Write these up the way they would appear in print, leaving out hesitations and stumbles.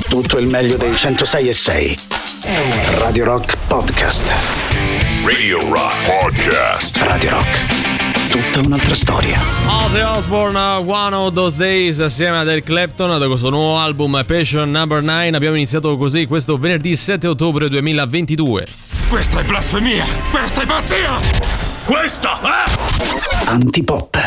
tutto il meglio dei 106.6. Radio Rock Podcast. Radio Rock Podcast. Radio Rock, tutta un'altra storia. Ozzy Osbourne, One of Those Days, assieme ad Eric Clapton, da questo nuovo album Passion Number 9. Abbiamo iniziato così questo venerdì 7 ottobre 2022. Questa è blasfemia! Questa è pazzia! Questa è Antipop.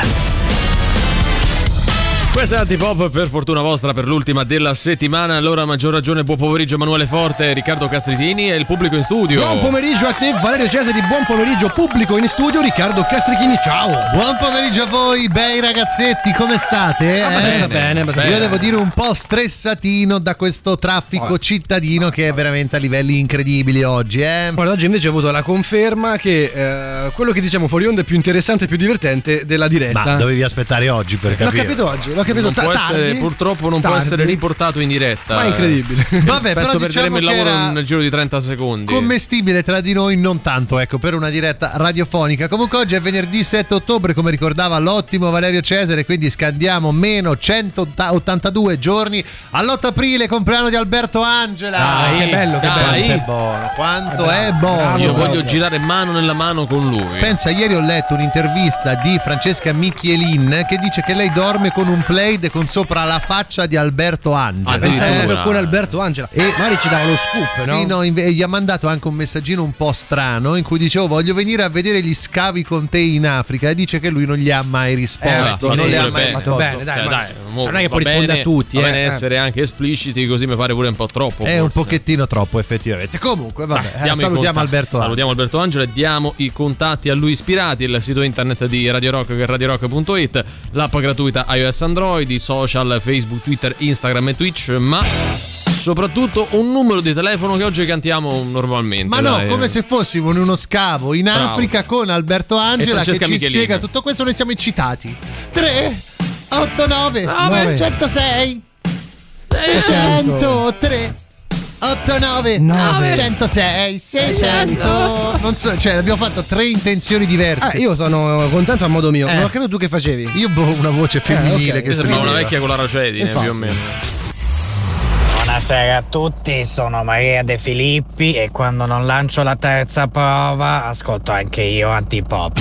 Questa è Antipop, per fortuna vostra, per l'ultima della settimana. Allora, a maggior ragione, buon pomeriggio Emanuele Forte, Riccardo Castritini e il pubblico in studio. Buon pomeriggio a te, Valerio Cesari, buon pomeriggio pubblico in studio, Riccardo Castrichini, ciao. Buon pomeriggio a voi, bei ragazzetti, come state? Abbastanza bene. Io devo dire un po' stressatino da questo traffico cittadino che è veramente a livelli incredibili oggi. Guarda, oggi invece ho avuto la conferma che quello che diciamo fuori onda è più interessante e più divertente della diretta. Ma dovevi aspettare oggi per capire. L'ho capito oggi, non può essere, purtroppo non può essere riportato in diretta. Ma è incredibile. Vabbè, penso però perderemo il lavoro nel giro di 30 secondi. Commestibile tra di noi, non tanto, ecco, per una diretta radiofonica. Comunque oggi è venerdì 7 ottobre, come ricordava l'ottimo Valerio Cesare, quindi scandiamo meno 182 giorni all'8 aprile, compleanno di Alberto Angela. Dai, che bello, che bello. Quanto è buono, quanto è buono. Io voglio girare mano nella mano con lui. Pensa, ieri ho letto un'intervista di Francesca Michielin che dice che lei dorme con un plaid con sopra la faccia di Alberto Angela. Pensavo con Alberto Angela e magari ci dava lo scoop, no? Sì, no, gli ha mandato anche un messaggino un po' strano in cui dicevo voglio venire a vedere gli scavi con te in Africa, e dice che lui non gli ha mai risposto, non le ha mai risposto. Bene, dai, non è che puoi bene, rispondere a tutti, va bene essere anche espliciti, così mi pare pure un po' troppo. È forse un pochettino troppo, effettivamente. Comunque vabbè, salutiamo Alberto Angela. Salutiamo Alberto Angela e diamo i contatti a lui ispirati: il sito internet di Radio Rock, che è radiorock.it, l'app gratuita iOS Android, i social Facebook, Twitter, Instagram e Twitch, ma soprattutto un numero di telefono che oggi cantiamo normalmente. Ma no, come se fossimo in uno scavo in Africa con Alberto Angela che ci spiega tutto questo. Noi siamo eccitati. 389 106 603 89 106 600. Non so, cioè abbiamo fatto 3 intenzioni diverse. Io sono contento a modo mio. Non ho capito tu che facevi. Io una voce femminile che sembra una vecchia con la racedine, più o meno. Buonasera a tutti, sono Maria De Filippi e quando non lancio la terza prova ascolto anche io Antipop.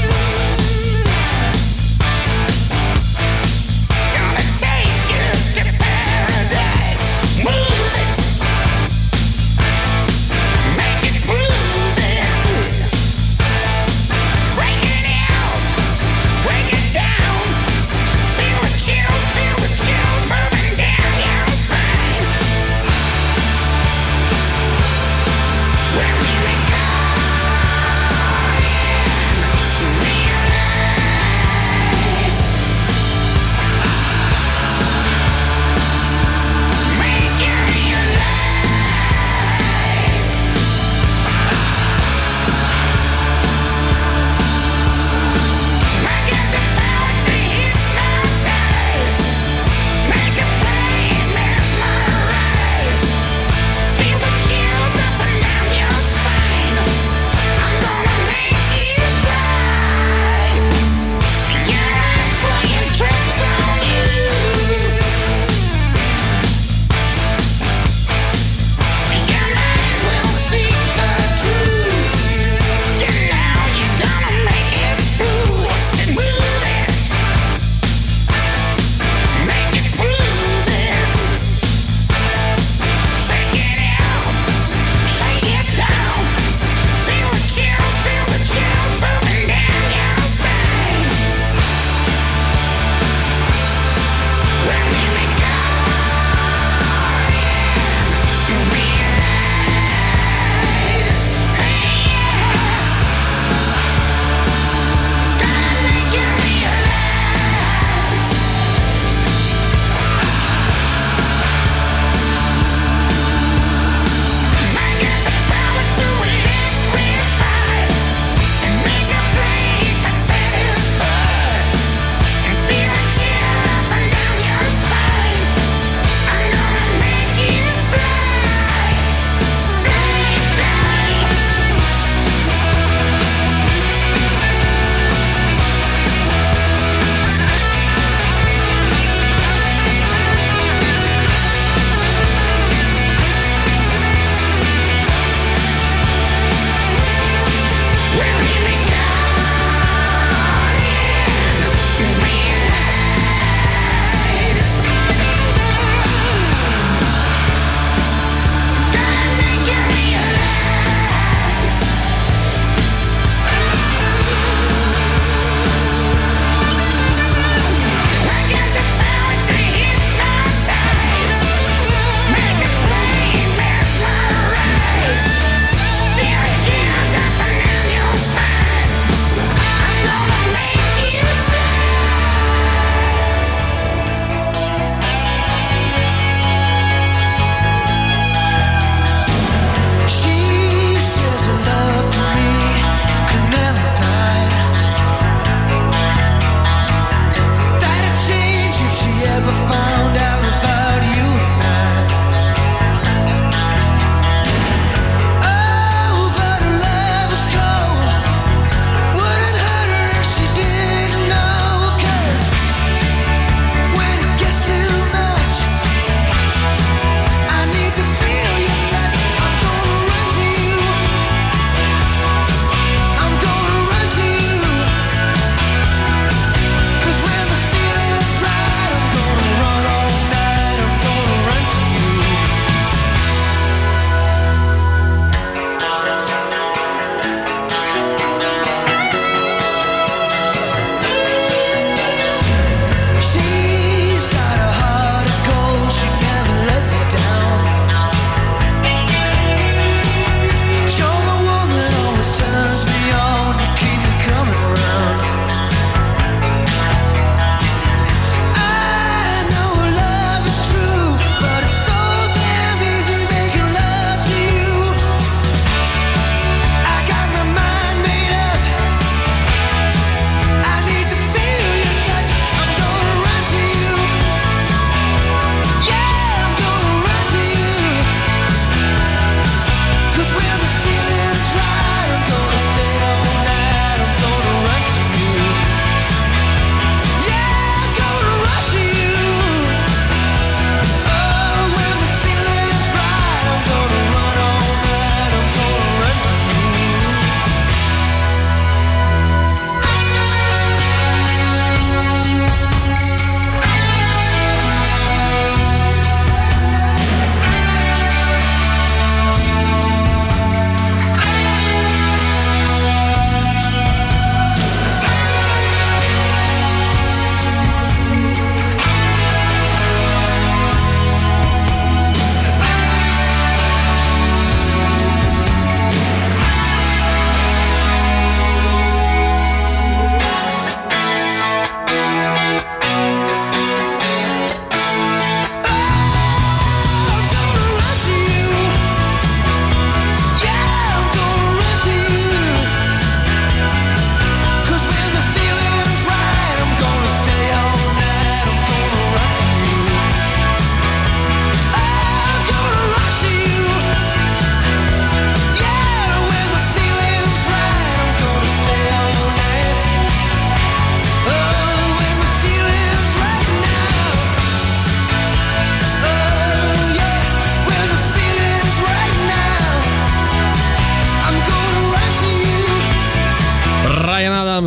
Take you to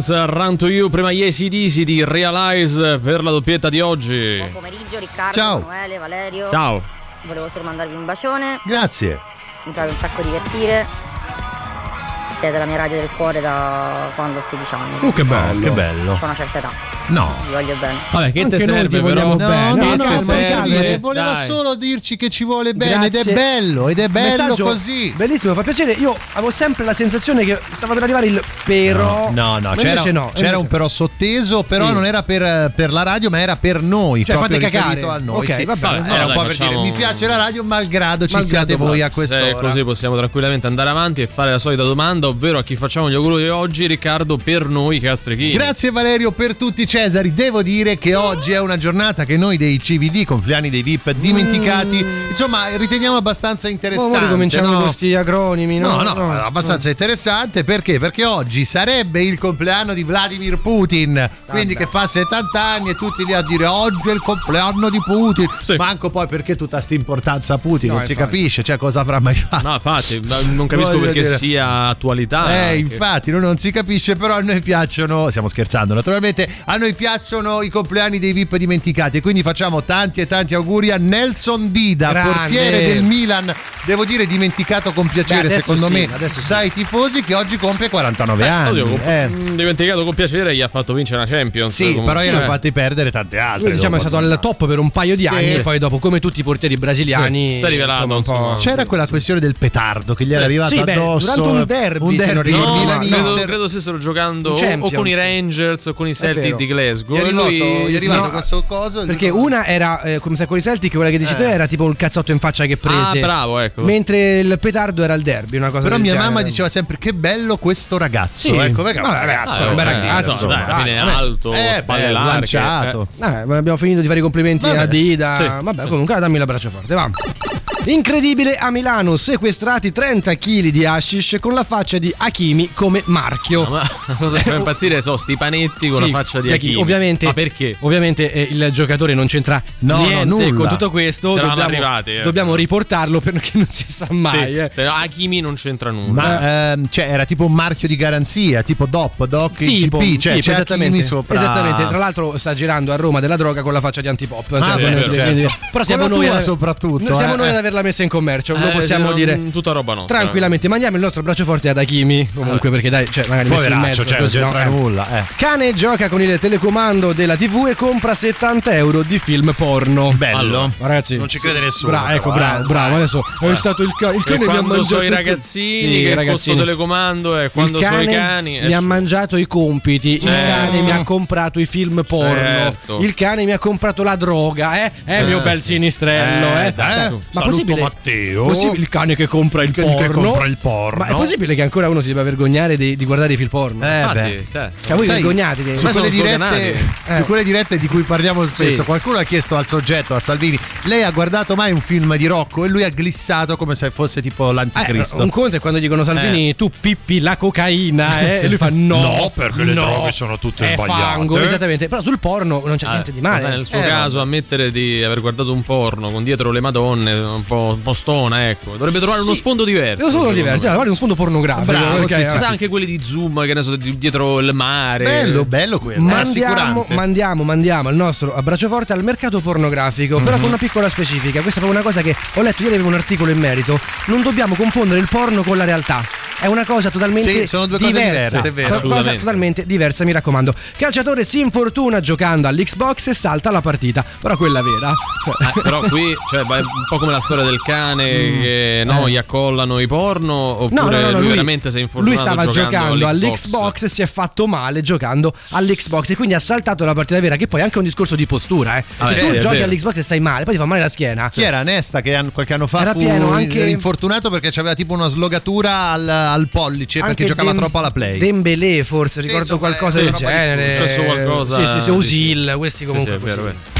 Williams, Run to You, prima gli AC/DC di Realize per la doppietta di oggi. Buon pomeriggio Riccardo, Ciao. Emanuele, Valerio. Ciao. Volevo solo mandarvi un bacione, Grazie. mi fate un sacco divertire. Siete la mia radio del cuore da quando ho 16 anni. Che bello. Che bello. Ho una certa età. No. Vi voglio bene. Vabbè, che Anche te noi serve ti però? vogliamo bene. No, Che no, te non serve? posso dire, voleva Dai. solo dirci che ci vuole bene ed è Grazie. bello Messaggio così. Bellissimo, fa piacere. Io avevo sempre la sensazione che stava per arrivare il però. No, Ma c'era invece no. c'era un però sotteso, però Sì. non era per la radio, ma era per noi, Cioè, proprio fate cacare. riferito a noi. Ok, sì. va bene. Era un Dai, po' per facciamo- dire mi piace la radio, malgrado ci Malgrado siate voi a Se quest'ora. così possiamo tranquillamente andare avanti e fare la solita domanda, ovvero a chi facciamo gli auguri di oggi, Riccardo, per noi castrichini. Grazie Valerio per tutti i Cesari. Devo dire che oggi è una giornata che noi dei CVD, compleanni dei VIP dimenticati, insomma, riteniamo abbastanza interessante. Ora ricominciamo no? con questi acronimi, no? Abbastanza interessante perché oggi sarebbe il compleanno di Vladimir Putin, quindi che fa 70 anni e tutti lì a dire oggi è il compleanno di Putin. Sì. Manco poi perché tutta sta importanza a Putin, No, non si infatti. capisce, cioè cosa avrà mai fatto. No, infatti, non capisco Voglio perché dire- sia attualità. anche. Infatti non si capisce, però a noi piacciono, stiamo scherzando naturalmente, a noi piacciono i compleanni dei VIP dimenticati e quindi facciamo tanti e tanti auguri a Nelson Dida, Grande. portiere del Milan, devo dire dimenticato con piacere Beh, adesso secondo sì, me adesso sì. dai tifosi, che oggi compie 49 anni. Oddio, dimenticato con piacere, gli ha fatto vincere una Champions. Sì, comunque. però gli hanno fatti perdere tante altre. Lui diciamo è dopo, stato insomma. al top per un paio di Sì. anni e poi dopo, come tutti i portieri brasiliani, Sì, si è rivelato, un po'. insomma. C'era quella questione del petardo che gli era arrivato Sì, beh, addosso durante un derby, se non ricordo No, male. credo stessero giocando In o Champions. con i Rangers o con i Celtic vero. di Glasgow. Gli è arrivato, Lui- gli è arrivato no, questo coso Perché una era, come sai, con i Celtic, quella che dici tu era tipo il cazzotto in faccia che prese. Ah, bravo, ecco. Mentre il petardo era il derby, una cosa però del mia genere. mamma diceva sempre che bello questo ragazzo, Sì. ecco perché è un Vabbè, ragazzo, è un bel cioè, ragazzo, insomma, dai, alla fine è vabbè. alto, spalle larghe. slanciato. Ma abbiamo finito di fare i complimenti Vabbè. a Dida. Sì, Vabbè, sì. comunque dammi l'abbraccio forte, va. Incredibile, a Milano sequestrati 30 kg di hashish con la faccia di Hakimi come marchio. Ma la cosa che fa impazzire sono sti panetti con Sì, la faccia di Hakimi. Hakimi. Ovviamente, Ma perché? Ovviamente il giocatore non c'entra No, niente nulla. con tutto questo. C'eravamo Dobbiamo, arrivati, dobbiamo riportarlo perché non si sa mai. Sì, se no, Hakimi non c'entra nulla. Ma cioè, era tipo un marchio di garanzia, tipo Doc Tipo, IGP, cioè tipo, c'è esattamente, Hakimi sopra. esattamente. Tra l'altro sta girando a Roma della droga con la faccia di Antipop. Ah, beh, quindi- certo. quindi- però siamo Con la noi tua a- soprattutto, siamo eh. noi ad averla messa in commercio, lo possiamo sì, dire. tutta roba nostra. Tranquillamente, mandiamo il nostro braccio forte ad Hakimi. Comunque, perché dai, cioè, magari messo in Poveraccio, mezzo. cioè, non così, no? c'entra nulla. Cane gioca con il telecomando della TV e compra 70 euro di film porno. Bello. Allora, Ma ragazzi, Non ci crede nessuno. Bravo, ecco, però, bravo. Adesso è stato il cane. Il E cane mi ha quando mangiato. sono i il- ragazzini, Sì, che il ragazzini. costo telecomando è quando Il sono i cane cani. mi ha mangiato i compiti. Il cane mi ha comprato i film porno. Certo. Il cane mi ha comprato la droga. Mio bel sinistrello. dai, su. Ma Saluto possibile? Matteo. Il cane che compra il Che porno. compra il porno. Ma è possibile che ancora uno si debba vergognare di guardare i film porno? Infatti, cioè, Cioè, voi sai, vergognate di- su Ma quelle, sono dirette, su quelle dirette di cui parliamo spesso, Sì. qualcuno ha chiesto al soggetto, a Salvini, lei ha guardato mai un film di Rocco? E lui ha glissato come se fosse tipo l'anticristo. Un conto è quando dicono Salvini tu pippi la cocaina e lui fa no. No, perché le droghe sono tutte è sbagliate. fango, esattamente. Però sul porno non c'è niente di male. Nel suo caso, ammettere di aver guardato un porno con dietro le madonne, un po' stona, ecco. Dovrebbe trovare uno sfondo diverso. Sono secondo diversi, me. guarda uno sfondo pornografico. Bravo, ok, sì, Sa anche quelli di Zoom, che ne so, dietro il mare. Bello quello, rassicurante. Mandiamo il nostro abbraccio forte al mercato pornografico, però con una piccola specifica. Questa è proprio una cosa che ho letto ieri, avevo un articolo in merito. Non dobbiamo confondere il porno con la realtà. È una cosa totalmente Sì, sono due cose diverse, è vero. Una cosa Assolutamente. totalmente diversa, mi raccomando. Calciatore si infortuna giocando all'Xbox e salta la partita. Però quella vera. Però qui cioè, è un po' come la storia del cane che gli accollano i porno, oppure lui veramente si è infortunato. Lui stava giocando all'Xbox, si è fatto male giocando all'Xbox e quindi ha saltato la partita vera, che poi è anche un discorso di postura. Se tu sì, è giochi vero. all'Xbox e stai male, poi ti fa male la schiena. Chi era Nesta che qualche anno fa Era fu pieno anche- infortunato perché aveva tipo una slogatura al pollice perché giocava troppo alla Play. Dembélé forse, ricordo insomma, qualcosa sì, del roba di- genere. è successo qualcosa. Sì, Usil, questi comunque. Sì, è vero, così. è vero.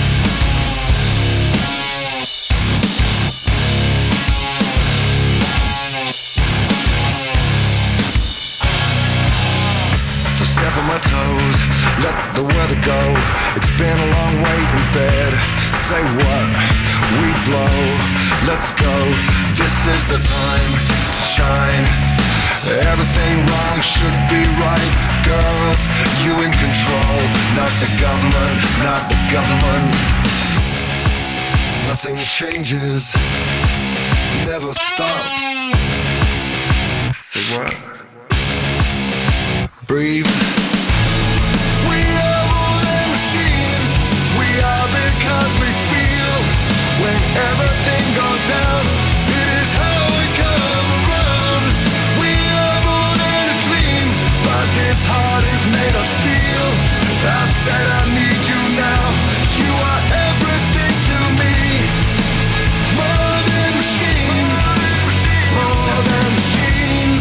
To step on my toes, let the weather go. It's been a long wait in bed. Say what? We blow. Let's go. This is the time to shine. Everything wrong should be right. Girls, the government, not the government. Nothing changes, never stops. Say what? Breathe. We are more than machines. We are because we feel. When everything goes down, it is how we come around. We are more than a dream, but this heart is made of steel. I said I need you now. You are everything to me. More than machines. More than machines.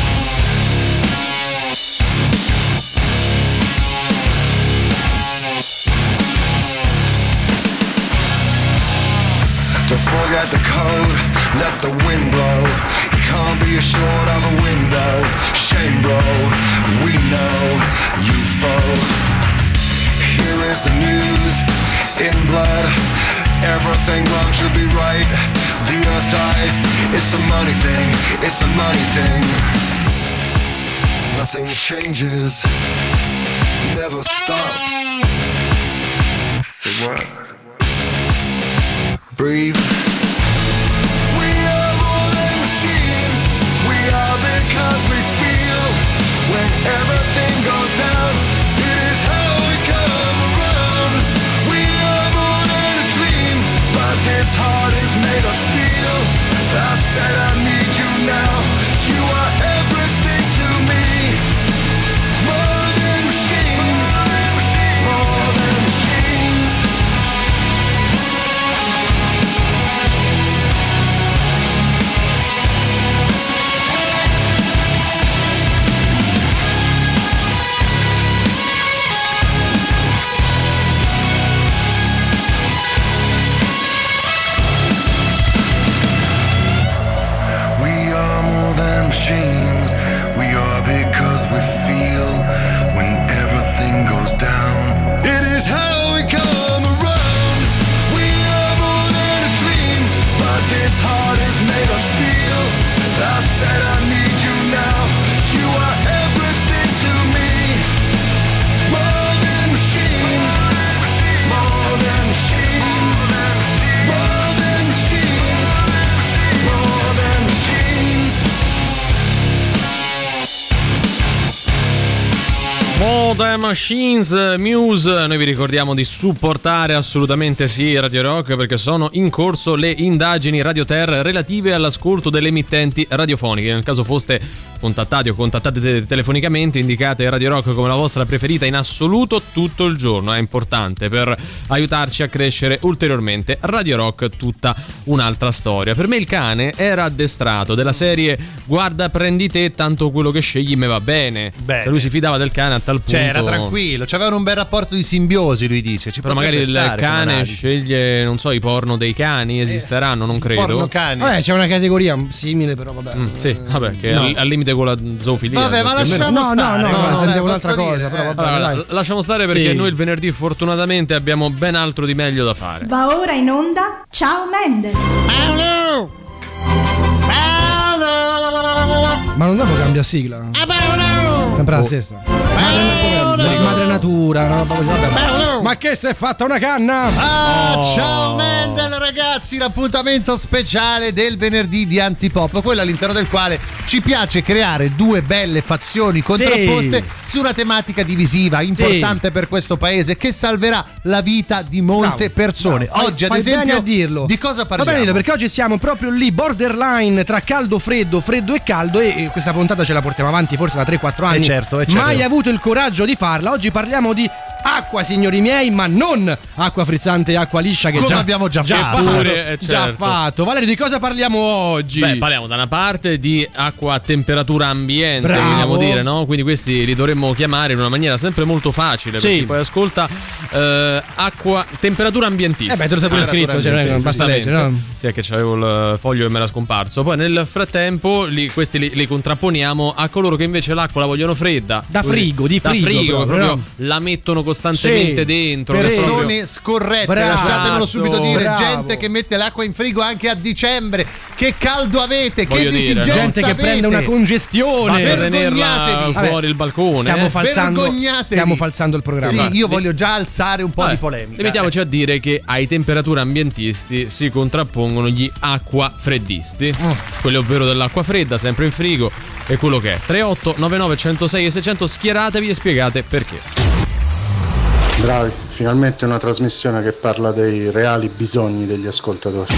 Don't forget the code, let the wind blow. You can't be assured of a window. Shame bro, we know you foe. Here is the news, in blood. Everything wrong should be right. The earth dies, it's a money thing, it's a money thing. Nothing changes, never stops. Say what? Breathe. We are more than machines. We are because we feel. When everything goes down, it is how we come around. We are more than a dream, but this heart is made of steel. I said I need you now. You are everything to me. More than machines. More than machines. Machines. We are because we feel. When everything goes down, it is how we come around. We are more than a dream, but this heart is made of steel. I said I need you now. You are everything to me. More than machines. More than machines. More than machines. More than machines. More Machines, Muse. Noi vi ricordiamo di supportare assolutamente sì Radio Rock, perché sono in corso le indagini Radio Terra relative all'ascolto delle emittenti radiofoniche. Nel caso foste contattati o contattate telefonicamente, indicate Radio Rock come la vostra preferita in assoluto tutto il giorno. È importante per aiutarci a crescere ulteriormente. Radio Rock, tutta un'altra storia. Per me il cane era addestrato, della serie guarda prendi te, tanto quello che scegli me va bene. Cioè, lui si fidava del cane a tal punto. Era tranquillo, c'avevano un bel rapporto di simbiosi, lui dice. Però magari il cane sceglie, non so, i porno dei cani esisteranno, non credo. Porno cani. Vabbè, c'è una categoria simile, però vabbè. Sì, vabbè, che no. al limite con la zoofilia. Vabbè, ma lasciamo stare. No, intendevo un'altra cosa, però vabbè, allora, lasciamo stare perché noi il venerdì fortunatamente abbiamo ben altro di meglio da fare. Va ora in onda Ciao Mendel. Ma non dopo cambia sigla? Sempre la stessa. Madre natura, una roba così, vabbè. Ma che si è fatta una canna? Ciao Mendel, ragazzi, l'appuntamento speciale del venerdì di Antipop, quello all'interno del quale ci piace creare due belle fazioni contrapposte su una tematica divisiva importante per questo paese, che salverà la vita di molte persone. Oggi, ad esempio, di cosa parliamo? Va bene dirlo, perché oggi siamo proprio lì, borderline tra caldo freddo, freddo e caldo, e questa puntata ce la portiamo avanti forse da 3-4 anni. Certo. Mai avuto il coraggio di farla. Oggi parliamo di acqua, signori miei, ma non acqua frizzante e acqua liscia, che come già abbiamo già fatto. Già fatto. Valerio, di cosa parliamo oggi? Beh, parliamo da una parte di acqua a temperatura ambiente, vogliamo dire, no? Quindi questi li dovremmo chiamare in una maniera sempre molto facile, perché poi ascolta acqua, temperatura ambientista. Beh, te lo sei pure scritto, cioè non basta leggere, no? Sì, è che c'avevo il foglio e me era scomparso. Poi nel frattempo questi li contrapponiamo a coloro che invece l'acqua la vogliono fredda. Da frigo, proprio la mettono così costantemente dentro. Persone scorrette, Bravo. lasciatemelo subito dire. Bravo. Gente che mette l'acqua in frigo anche a dicembre. Che caldo avete? Voglio Che dire, disigenza Gente che avete? prende una congestione. Basta tenerla Vergognatevi. fuori il balcone. Vergognatevi. Stiamo falsando il programma. Sì, io voglio già alzare un po' di polemica. Limitiamoci a dire che ai temperature ambientisti si contrappongono gli acquafreddisti, quelli ovvero dell'acqua fredda, sempre in frigo, e quello che è. 38 99 106 e 600, schieratevi e spiegate perché. Bravi, finalmente una trasmissione che parla dei reali bisogni degli ascoltatori.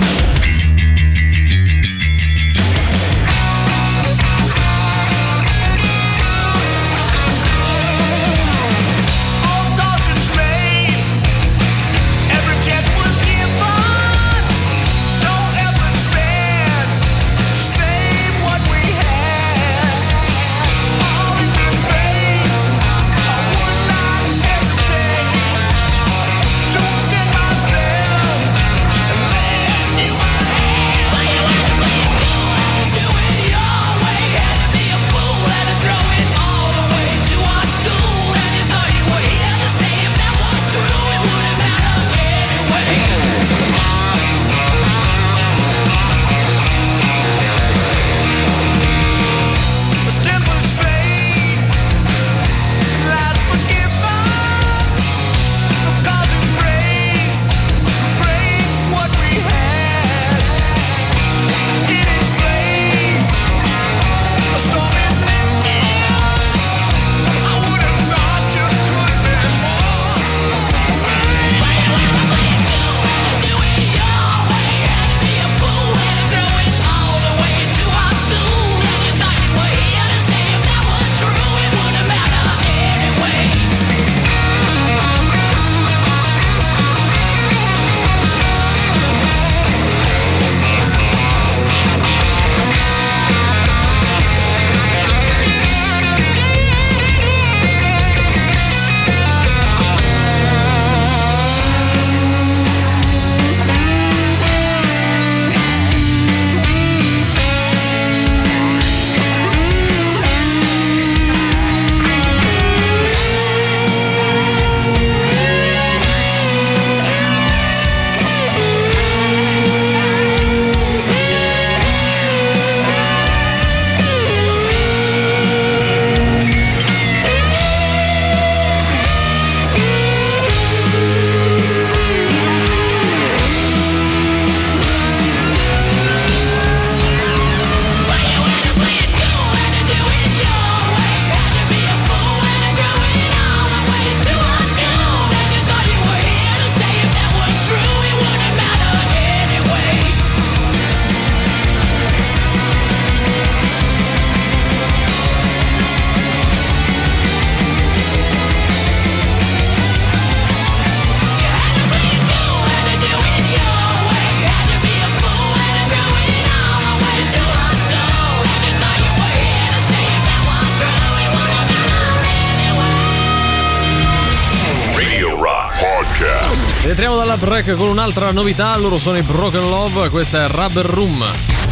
Rientriamo dalla break con un'altra novità, loro sono i Broken Love, questa è Rubber Room.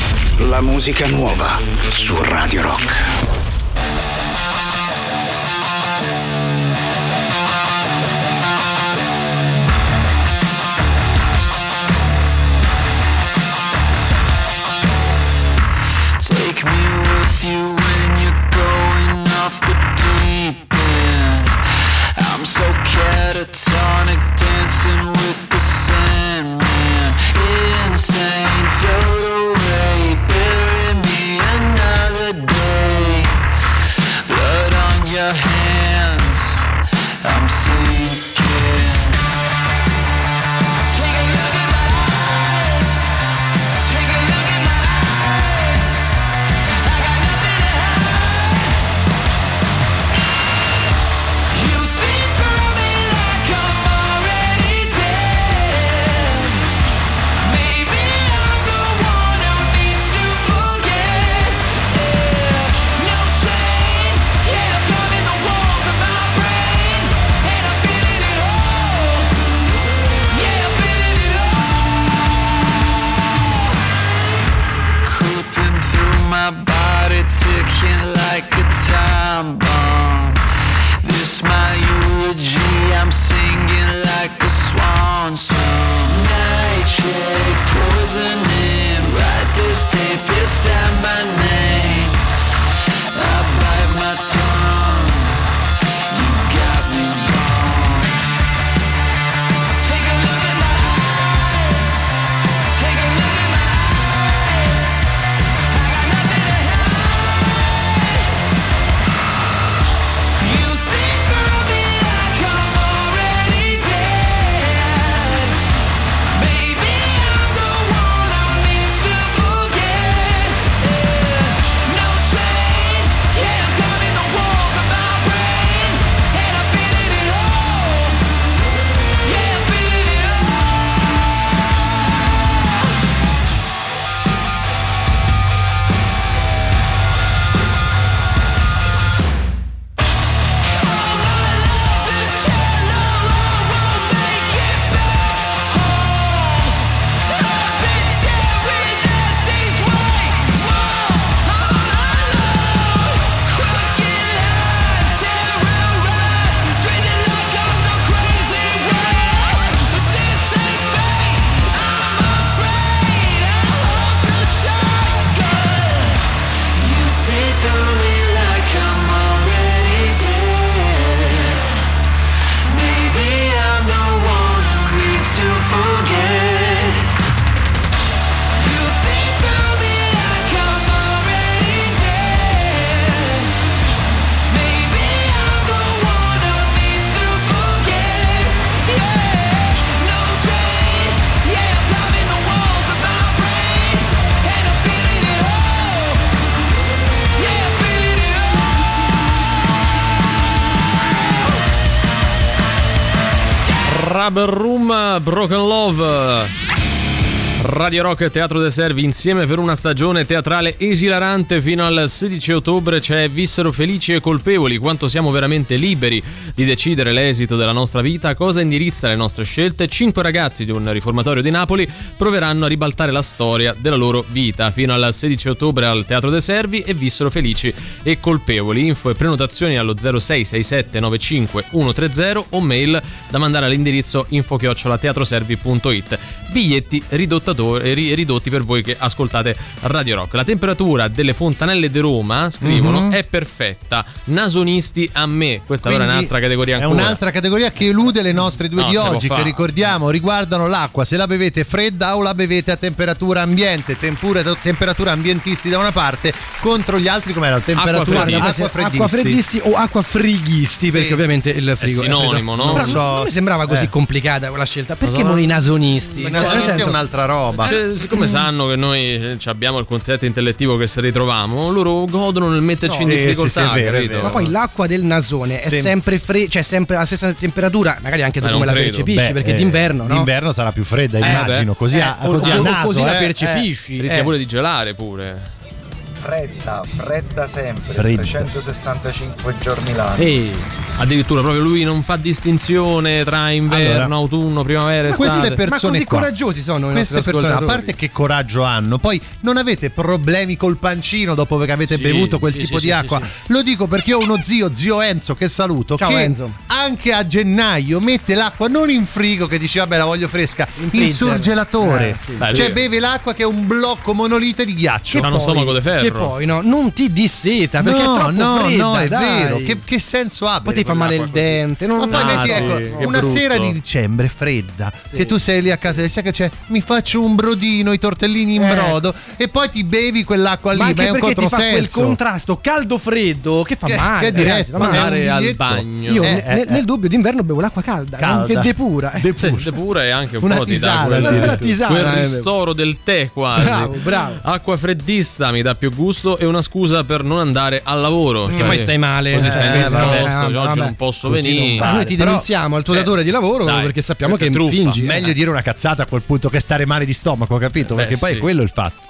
La musica nuova su Radio Rock. Take me with you when you're going off the deep end. I'm so catatonic, dancing with the Sandman. Insane, float away, bury me another day. Blood on your hands, I'm sinking. Take a look at my eyes. Take a look at my eyes. I got nothing to hide. You see through me like I'm already dead. Maybe I'm the one who needs to forget. No chain, yeah, I'm climbing the walls of my brain, and I'm feeling it all. Yeah, I'm feeling it all. Creeping through my body, ticking like a time bomb. This my eulogy I'm singing like a swan song. Nitrate poisoning. Write this tape, you sign my name. I bite my tongue. You got me wrong. Take a look at my eyes. Take a look at my eyes. I got nothing to hide. You see through me like I'm already dead. Maybe I'm the one who needs to forget. No train, yeah, I'm climbing the walls of my brain, and I'm feeling it all. Yeah, I'm feeling it all. All my love to tell her I won't make it back home. I've been staring at these white walls all alone. Crooked lines tear around, treated like I'm the crazy one. But this ain't fate, I'm afraid. I hold the shotgun. You see through me like I'm already dead. Maybe I'm the one who needs to forget. You see through me like I'm already dead. Maybe I'm the one who needs to forget. Yeah, no train. Yeah, I'm climbing the walls of my brain, and I'm feeling it all. Yeah, I'm feeling it all. Rubber Room, Broken Love. Radio Rock e Teatro dei Servi insieme per una stagione teatrale esilarante fino al 16 ottobre. C'è Vissero felici e colpevoli, quanto siamo veramente liberi di decidere l'esito della nostra vita, cosa indirizza le nostre scelte. 5 ragazzi di un riformatorio di Napoli proveranno a ribaltare la storia della loro vita. Fino al 16 ottobre al Teatro dei Servi e Vissero felici e colpevoli. Info e prenotazioni allo 0667 95 130 o mail da mandare all'indirizzo info@teatroservi.it. Biglietti ridotti per voi che ascoltate Radio Rock. La temperatura delle fontanelle di Roma, scrivono, è perfetta. Nasonisti a me. Questa ora è un'altra categoria ancora. È un'altra categoria che elude le nostre due di si può oggi, che fare. ricordiamo riguardano l'acqua. Se la bevete fredda o la bevete a temperatura ambiente. Temperatura ambientisti da una parte, contro gli altri com'era? Temperatura acqua freddisti o acqua frighisti, Sì. perché ovviamente il frigo È sinonimo, no? Però so. non mi sembrava così complicata quella scelta. Perché non i nasonisti? I nasonisti è un'altra roba. Siccome sanno che noi abbiamo il quoziente intellettivo che se ritroviamo, loro godono nel metterci in difficoltà, sì, è vero, è capito? vero. Ma poi l'acqua del nasone è sempre cioè sempre alla stessa temperatura, magari anche tu come non la credo. percepisci, perché d'inverno, no? D'inverno sarà più fredda, immagino. Così a naso, così la percepisci. Rischia pure di gelare pure. Fredda sempre, Fredda. 365 giorni l'anno. Addirittura proprio lui non fa distinzione tra inverno, autunno, primavera, estate. Queste persone così qua, coraggiosi sono i queste nostri persone, a ascoltatori. parte che coraggio hanno, poi non avete problemi col pancino dopo che avete bevuto quel tipo di acqua. Lo dico perché ho uno zio Enzo, che saluto, Ciao, che Enzo. anche a gennaio mette l'acqua non in frigo, che dice vabbè la voglio fresca, in freezer. surgelatore. Sì. Beh, Cioè lui- beve l'acqua che è un blocco monolite di ghiaccio. C'ha uno stomaco di ferro. Che poi non ti disseta perché è troppo fredda, no, è dai. vero. Che senso ha? Poi ti fa male il dente. Ma poi metti, sì, ecco, che una brutto. sera di dicembre fredda, che tu sei lì a casa e sai che c'è, mi faccio un brodino, i tortellini in brodo, e poi ti bevi quell'acqua lì, Ma ma anche è un perché ti fa quel controsenso. contrasto caldo-freddo che fa male. che diretto, ragazzi, fa ma è male. Andare un al biglietto. bagno. Io nel dubbio d'inverno bevo l'acqua calda, che depura. Depura e anche un Una po' ti dà tisana, quel, addirittura. tisana, quel ristoro del tè quasi. Bravo. Acqua freddista mi dà più gusto e una scusa per non andare al lavoro. Che poi stai male. Così stai vabbè, nascosto, oggi vabbè. non posso Così non venire. va. Noi ti Però- denunziamo al tuo datore di lavoro dai, perché sappiamo questa che è truffa. fingi. Meglio dire una cazzata a quel punto che stare male di stomaco, capito? Beh, Perché poi sì. è quello il fatto.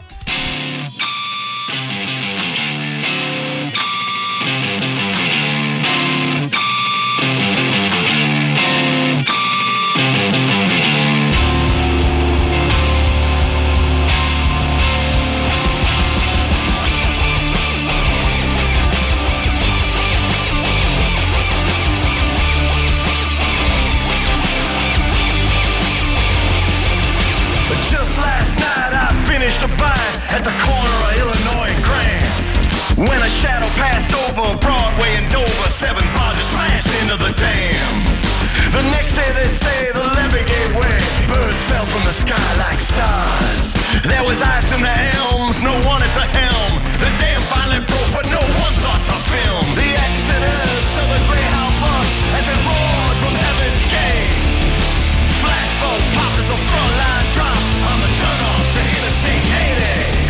at the corner of Illinois and Grand. When a shadow passed over Broadway and Dover, 7 barges smashed into the dam. The next day they say the levee gave way. Birds fell from the sky like stars. There was ice in the elms, no one at the helm. The dam finally broke, but no one thought to film the exodus of a Greyhound bus as it roared from Heaven's Gate. Flashbulb pop as the front line drops on the turnoff to Interstate 80.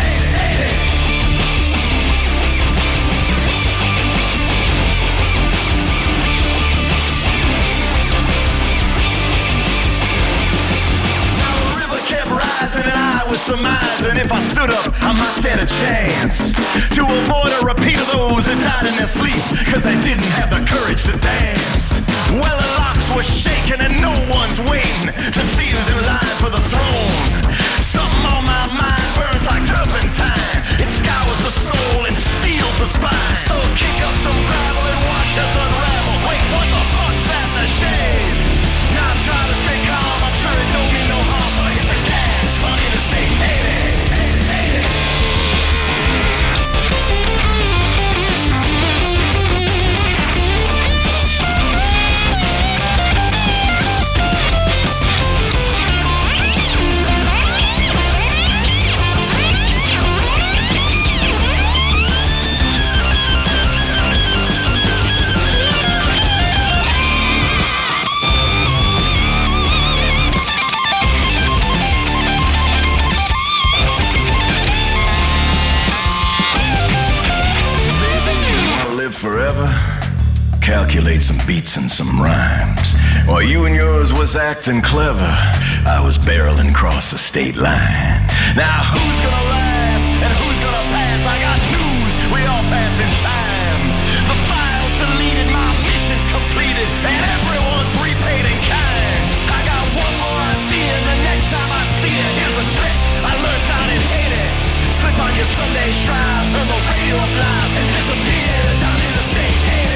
Kept rising and I was surmising if I stood up I might stand a chance to avoid a repeat of those that died in their sleep cause they didn't have the courage to dance. Well, the locks were shaking and no one's waiting to see who's in line for the throne. Something on my mind burns like turpentine. It scours the soul and steals the spine. So kick up some gravel and watch us unravel. Wait, what the fuck's that in the shade? Now I'm trying to stay calm, I'm sure it don't mean no harm, but hit the gas on Interstate 80. Forever, calculate some beats and some rhymes. While you and yours was acting clever, I was barreling across the state line. Now who's gonna last and who's gonna pass? I got news, we all pass in time. The file's deleted, my mission's completed, and everyone's repaid in kind. I got one more idea, and the next time I see it, here's a trick I learned down in Haiti. Slip on your Sunday shroud, turn the radio up loud, and disappear down in the state.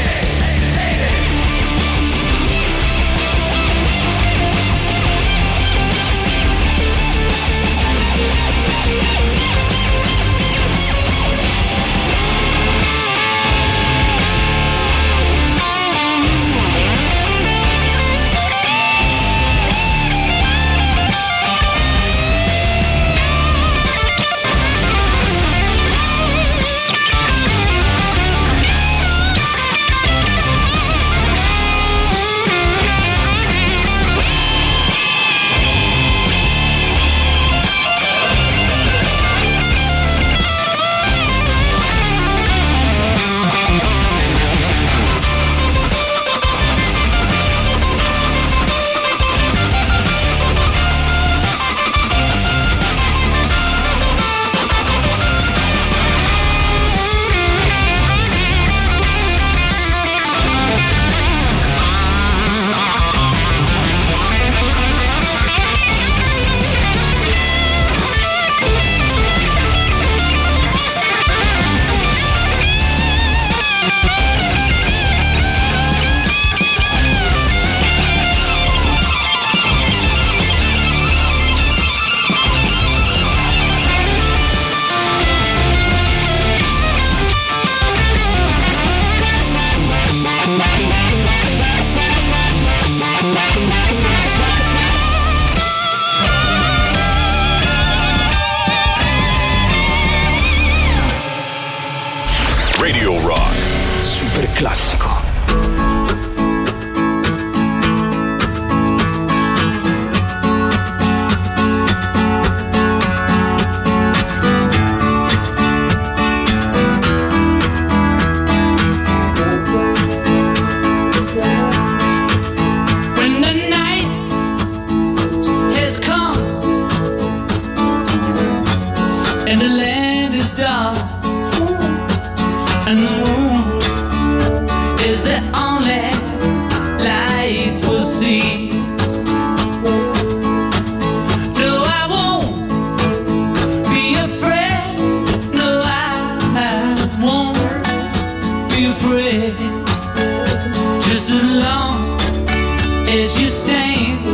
Radio Rock. Super classico.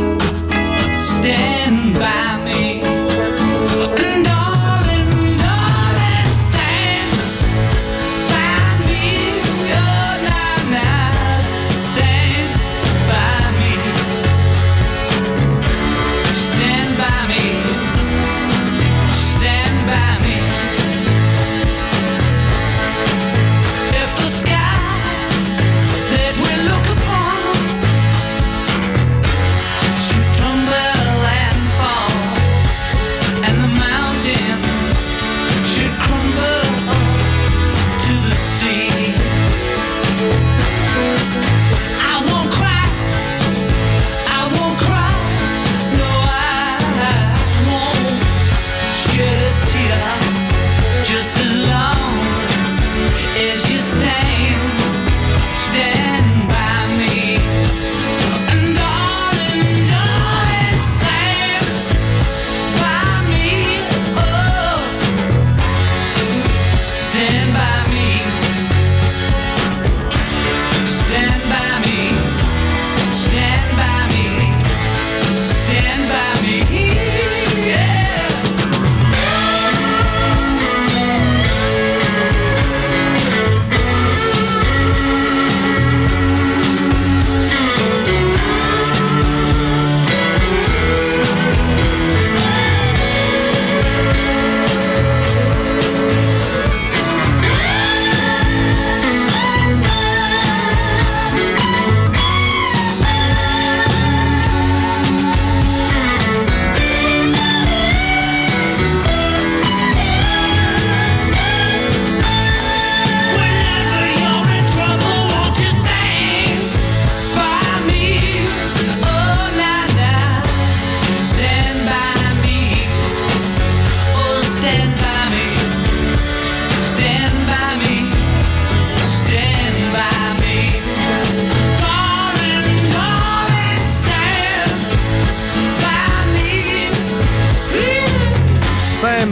Stand by me, and darling, darling.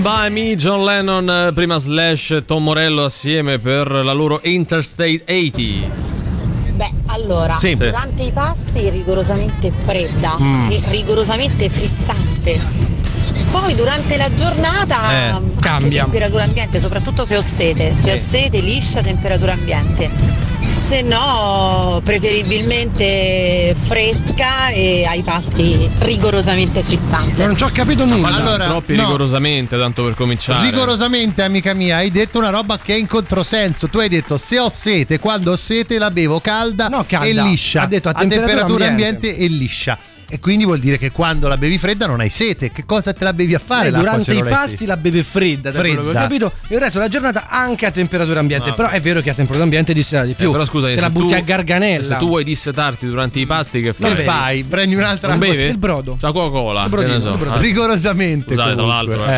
Stand By Me, John Lennon, prima Slash e Tom Morello assieme per la loro Interstate 80. Beh, allora, Sì. durante i pasti rigorosamente fredda e rigorosamente frizzante. Poi durante la giornata cambia. Temperatura ambiente, soprattutto se ho sete. Se ho sete, liscia, temperatura ambiente. Se no, preferibilmente fresca e ai pasti rigorosamente frizzante. Non ci ho capito nulla. Allora, Troppi no. rigorosamente, tanto per cominciare. Rigorosamente, amica mia, hai detto una roba che è in controsenso. Tu hai detto se ho sete, quando ho sete la bevo calda, calda. e liscia. Ha detto a temperatura ambiente. ambiente e liscia. E quindi vuol dire che quando la bevi fredda non hai sete. Che cosa te la bevi a fare? Lei l'acqua, durante se i non hai pasti sete? la beve fredda, da quello che ho Fredda. capito. Il resto della giornata anche a temperatura ambiente. No. Però è vero che a temperatura ambiente disseta di più. Però scusa, te se la butti tu- a garganella. Se tu vuoi dissetarti durante i pasti, che fai? Che fai? Prendi un'altra Non cosa. bevi? Il brodo. La Coca-Cola, Il che brodino, ne so. il brodino. Rigorosamente. Scusate, tra comunque. l'altro,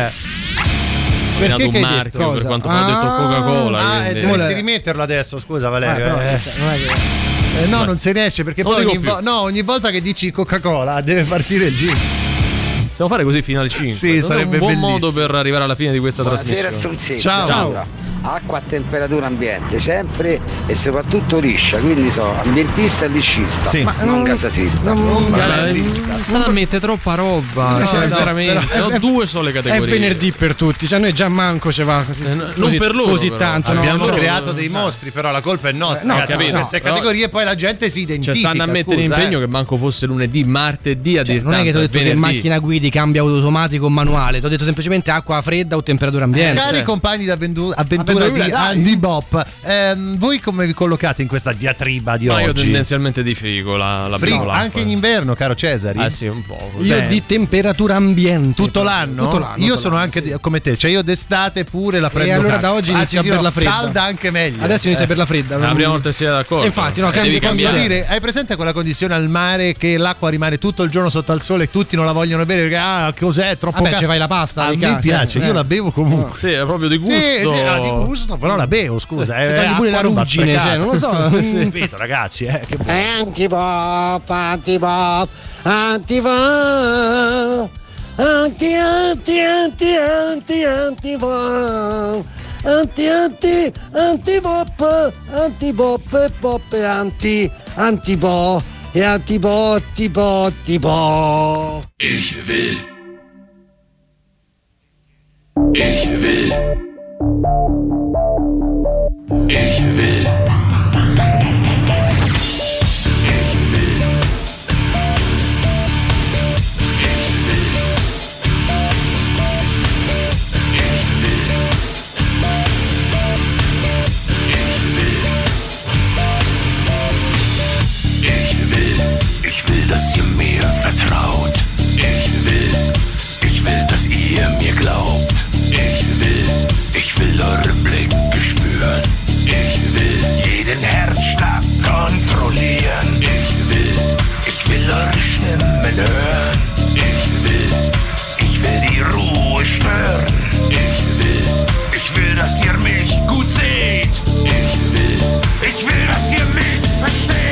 Ho dato un che hai marchio detto? per quanto ho detto Coca-Cola. quindi- dovresti rimetterlo adesso, scusa Valerio. no, non è che- No, non se ne esce perché Non poi dico più. ogni volta che dici Coca-Cola deve partire il gin. Possiamo fare così fino alle 5. Sì, sarebbe un buon bellissimo. modo per arrivare alla fine di questa Buonasera trasmissione. Stronzetti. Ciao. Allora, acqua a temperatura ambiente sempre e soprattutto liscia, quindi so ambientista e liscista, Sì. ma non gasasista. Non Guarda, galasista. state a mettere troppa roba. No, cioè, no, veramente. però- Ho due sole È categorie. venerdì per tutti, cioè noi già manco ci va così, non così, per loro, così però. tanto. no, Abbiamo loro- creato dei mostri, però la colpa è nostra. No, ragazzi, capito. di queste No, categorie poi la gente si identifica. Cioè, stanno a mettere scusa, impegno che manco fosse lunedì, martedì a Cioè, dir non è che ti tanto, ho è detto che venerdì. macchina guidi cambia automatico o manuale, ti ho detto semplicemente acqua fredda o temperatura ambiente. Cari compagni d'avventura di dai. Andy Bop, voi come vi collocate in questa diatriba di Ma io oggi? tendenzialmente di frigo la Frigo, bevo l'acqua. anche in inverno, caro Cesari? Sì, un po'. Io Beh. di temperatura ambiente. Tutto l'anno? Tutto l'anno. Io tutto sono l'anno, anche sì. come te, cioè io d'estate pure la prendo E allora calda. da oggi Anzi, inizio a dirò, berla fredda. calda anche meglio. Adesso inizio a berla fredda. La prima volta che sei d'accordo. Infatti, no, devi cambia- Posso cambiare. dire, hai presente quella condizione al mare che l'acqua rimane tutto il giorno sotto al sole e tutti non la vogliono bere perché cos'è troppo Vabbè, calda? ci fai la pasta, A me mica, piace, cioè, io la bevo comunque. Sì, è proprio di gusto. Sì, di gusto, però la bevo, scusa. Ci togli pure la acqua non va ruggine, sprecata. cioè, non lo so. Sì, ripeto, ragazzi, che Antipop, antipop, antipop, antipop, antipop, antipop e pop e antipop e antipop, tipo. Ich will. Ich will. Ich will. Ich will, dass ihr mir vertraut. Ich will, dass ihr mir glaubt. Ich will eure Blicke spüren. Ich will jeden Herzschlag kontrollieren. Ich will eure Stimmen hören. Ich will die Ruhe stören. Ich will, dass ihr mich gut seht. Ich will, dass ihr mich versteht.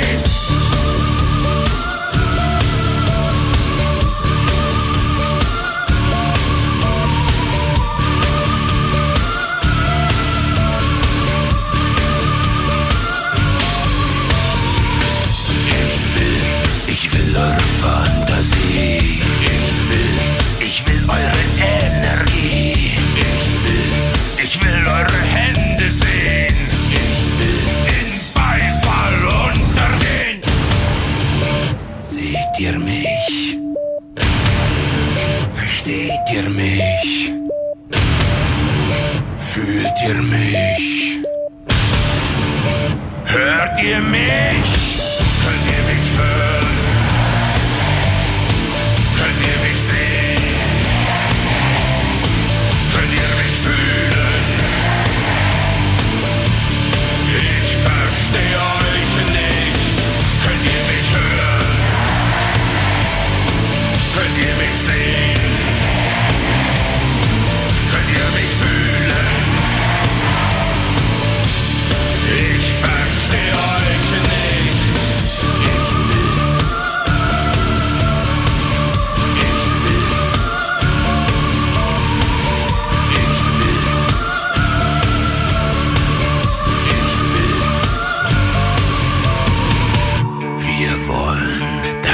Ich will eure Fantasie. Ich will eure Energie. Ich will eure Hände sehen. In Beifall untergehen. Seht ihr mich? Versteht ihr mich? Fühlt ihr mich? Hört ihr mich? Könnt ihr mich hören? Könnt ihr mich sehen? Könnt ihr mich fühlen? Ich verstehe euch nicht. Könnt ihr mich hören? Könnt ihr mich sehen? Könnt ihr mich fühlen? Ich verstehe euch nicht.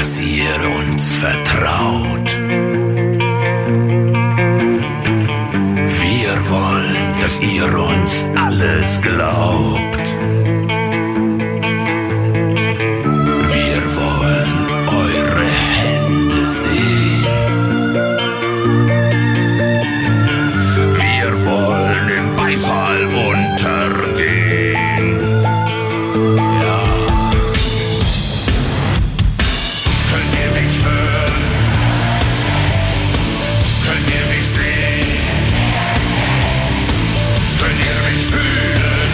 dass ihr uns vertraut. Wir wollen, dass ihr uns alles glaubt. Wir wollen eure Hände sehen. Wir wollen im Beifall untergehen. Ja. Könnt ihr mich hören? Könnt ihr mich sehen? Könnt ihr mich fühlen?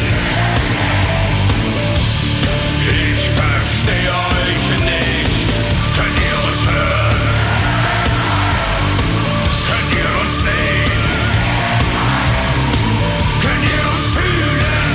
Ich verstehe euch nicht. Könnt ihr uns hören? Könnt ihr uns sehen? Könnt ihr uns fühlen?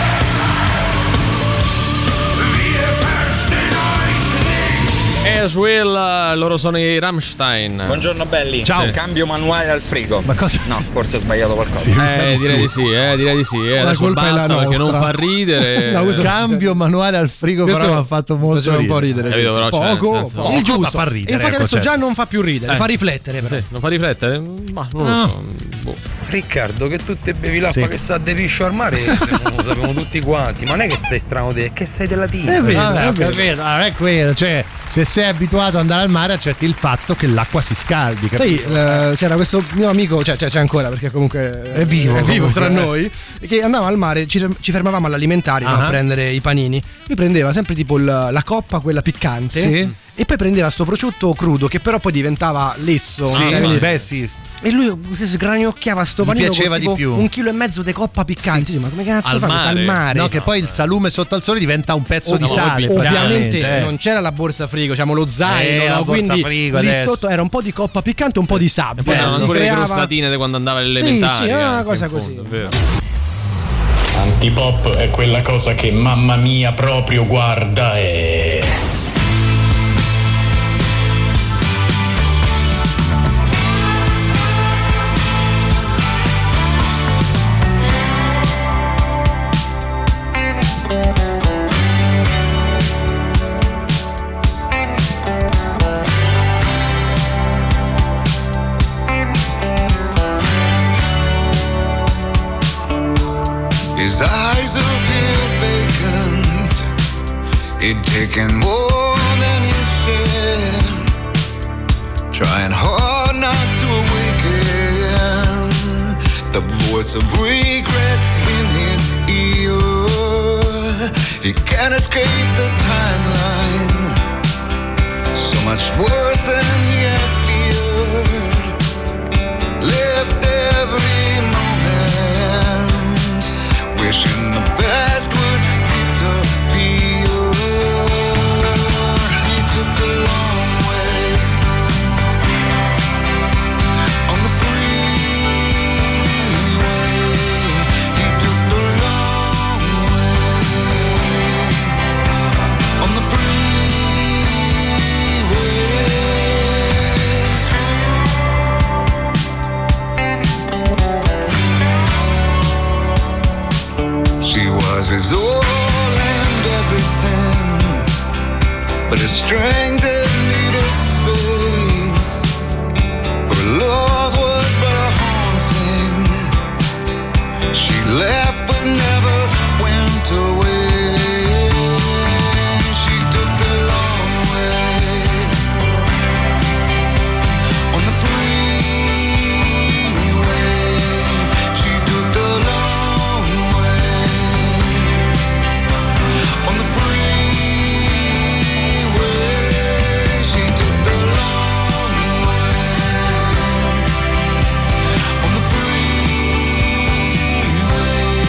Wir verstehen euch nicht. As Will, loro sono i Rammstein. Buongiorno belli. Ciao. Sì. Cambio manuale al frigo. Ma cosa? No, forse ho sbagliato qualcosa. Direi di sì, direi di sì. Adesso colpa è la basta perché non nostra. fa ridere. No, questo- Cambio manuale al frigo, Questo però mi ha fatto molto faceva un po' ridere. Capito, però, cioè, nel Poco, senso- poco. Il giusto. fa ridere, Infatti ecco, adesso certo. già non fa più ridere, fa riflettere però. Sì, non fa riflettere? Ma non lo so. Boh. Riccardo, che tu te bevi l'acqua Sì. che sa di liscio al mare, lo sappiamo tutti quanti. Ma non è che sei strano te, è che sei della Tina. È vero, non è quello, cioè se sei abituato ad andare al mare accetti il fatto che l'acqua si scaldi, Sai, capito? c'era questo mio amico, cioè c'è ancora perché comunque È vivo comunque, tra noi, che andava al mare, ci fermavamo all'alimentari no, a prendere i panini. Lui prendeva sempre tipo la coppa, quella piccante, Sì. e poi prendeva sto prosciutto crudo che però poi diventava lesso. Sì, quindi- beh sì. E lui si sgranocchiava sto Gli panino piaceva con tipo di più. 1,5 kg di coppa piccante. Ma come cazzo Al fa questo? Al mare? mare? No, che poi il salume sotto al sole diventa un pezzo di sale. Ovviamente praticamente, non c'era la borsa frigo, diciamo lo zaino, la no? borsa Quindi frigo lì adesso. sotto era un po' di coppa piccante, un po' di sabbia. Poi erano Si pure le creava- crostatine di quando andava alle Sì, elementari. sì, era una anche, cosa in così. fondo, è vero. Antipop è quella cosa che mamma mia proprio guarda e... His eyes appear vacant. He'd taken more than his share. Trying hard not to awaken the voice of regret in his ear. He can't escape the timeline. So much worse than he had feared. Left every moment wishing the best would disappear. He took the long way on the freeway. He took the long way on the She was his all and everything, but his strength had needed space. Her love was but a haunting. She left but never went away. She took the long way on the freeway. She took the long way on the freeway. She took the long way on the freeway.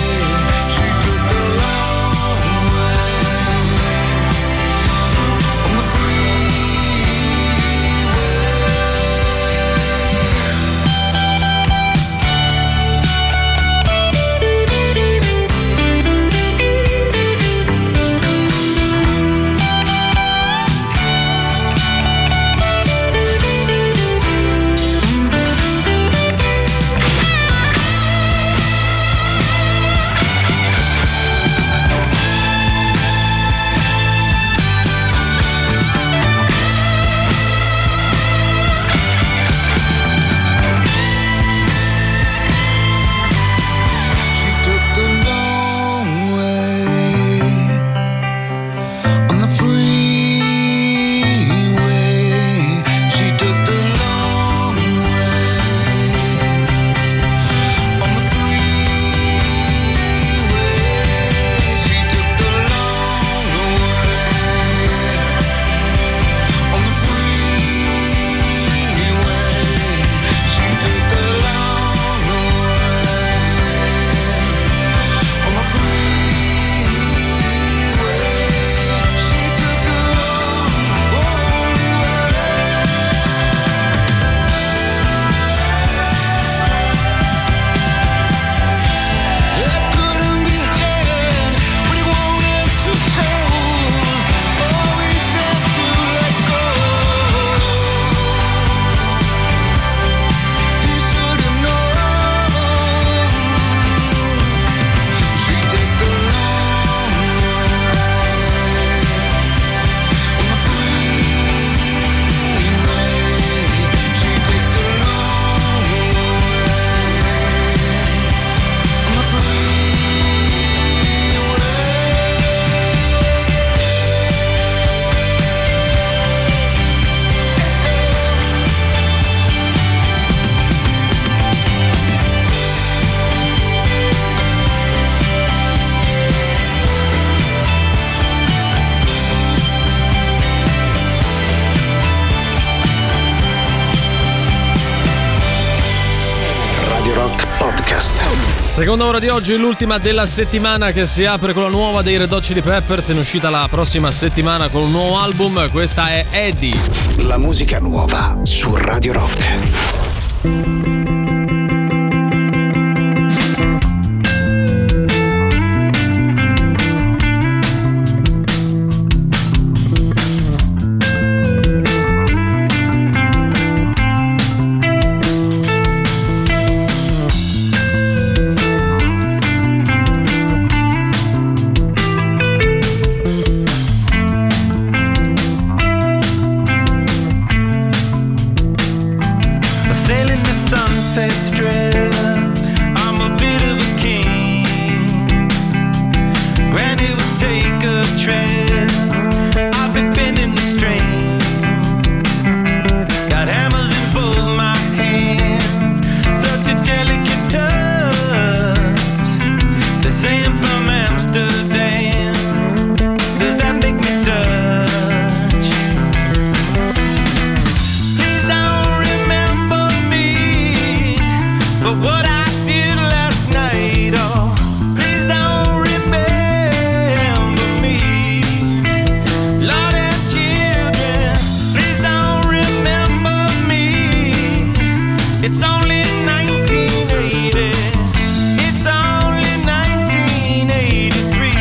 Podcast. Seconda ora di oggi, l'ultima della settimana, che si apre con la nuova dei Red Hot Chili Peppers, in uscita la prossima settimana con un nuovo album. Questa è Eddie. La musica nuova su Radio Rock. Sailing the sunset strip, I'm a bit of a king. Granted, we'll take a trip, I'll be bending the string. Got hammers in both my hands, such a delicate touch. They say I'm from Amsterdam, does that make me Dutch? Please don't remember me for what I did last night. Oh, please don't remember me. Lord and children, please don't remember me. It's only 1980. It's only 1983.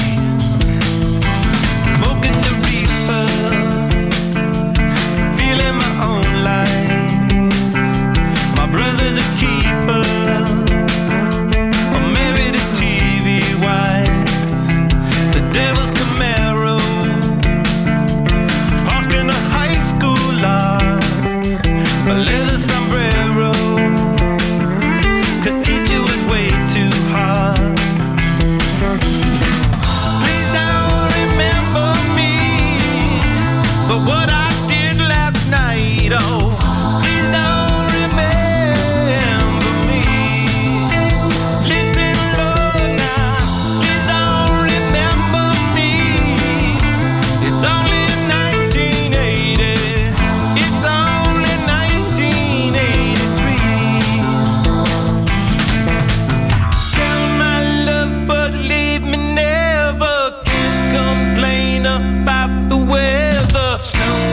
Smoking the reefer, feeling my own life. My brother's a keeper, I'm married a TV wife. The devil's Camaro, parked in a high school lot. A leather sombrero, 'cause teacher was way too hard. Please don't remember me for what I did last night. Oh, please don't remember me. Listen, Lord, now, please don't remember me. It's only 1980. It's only 1983. Tell my love, but leave me never. Can't complain about the weather. Snow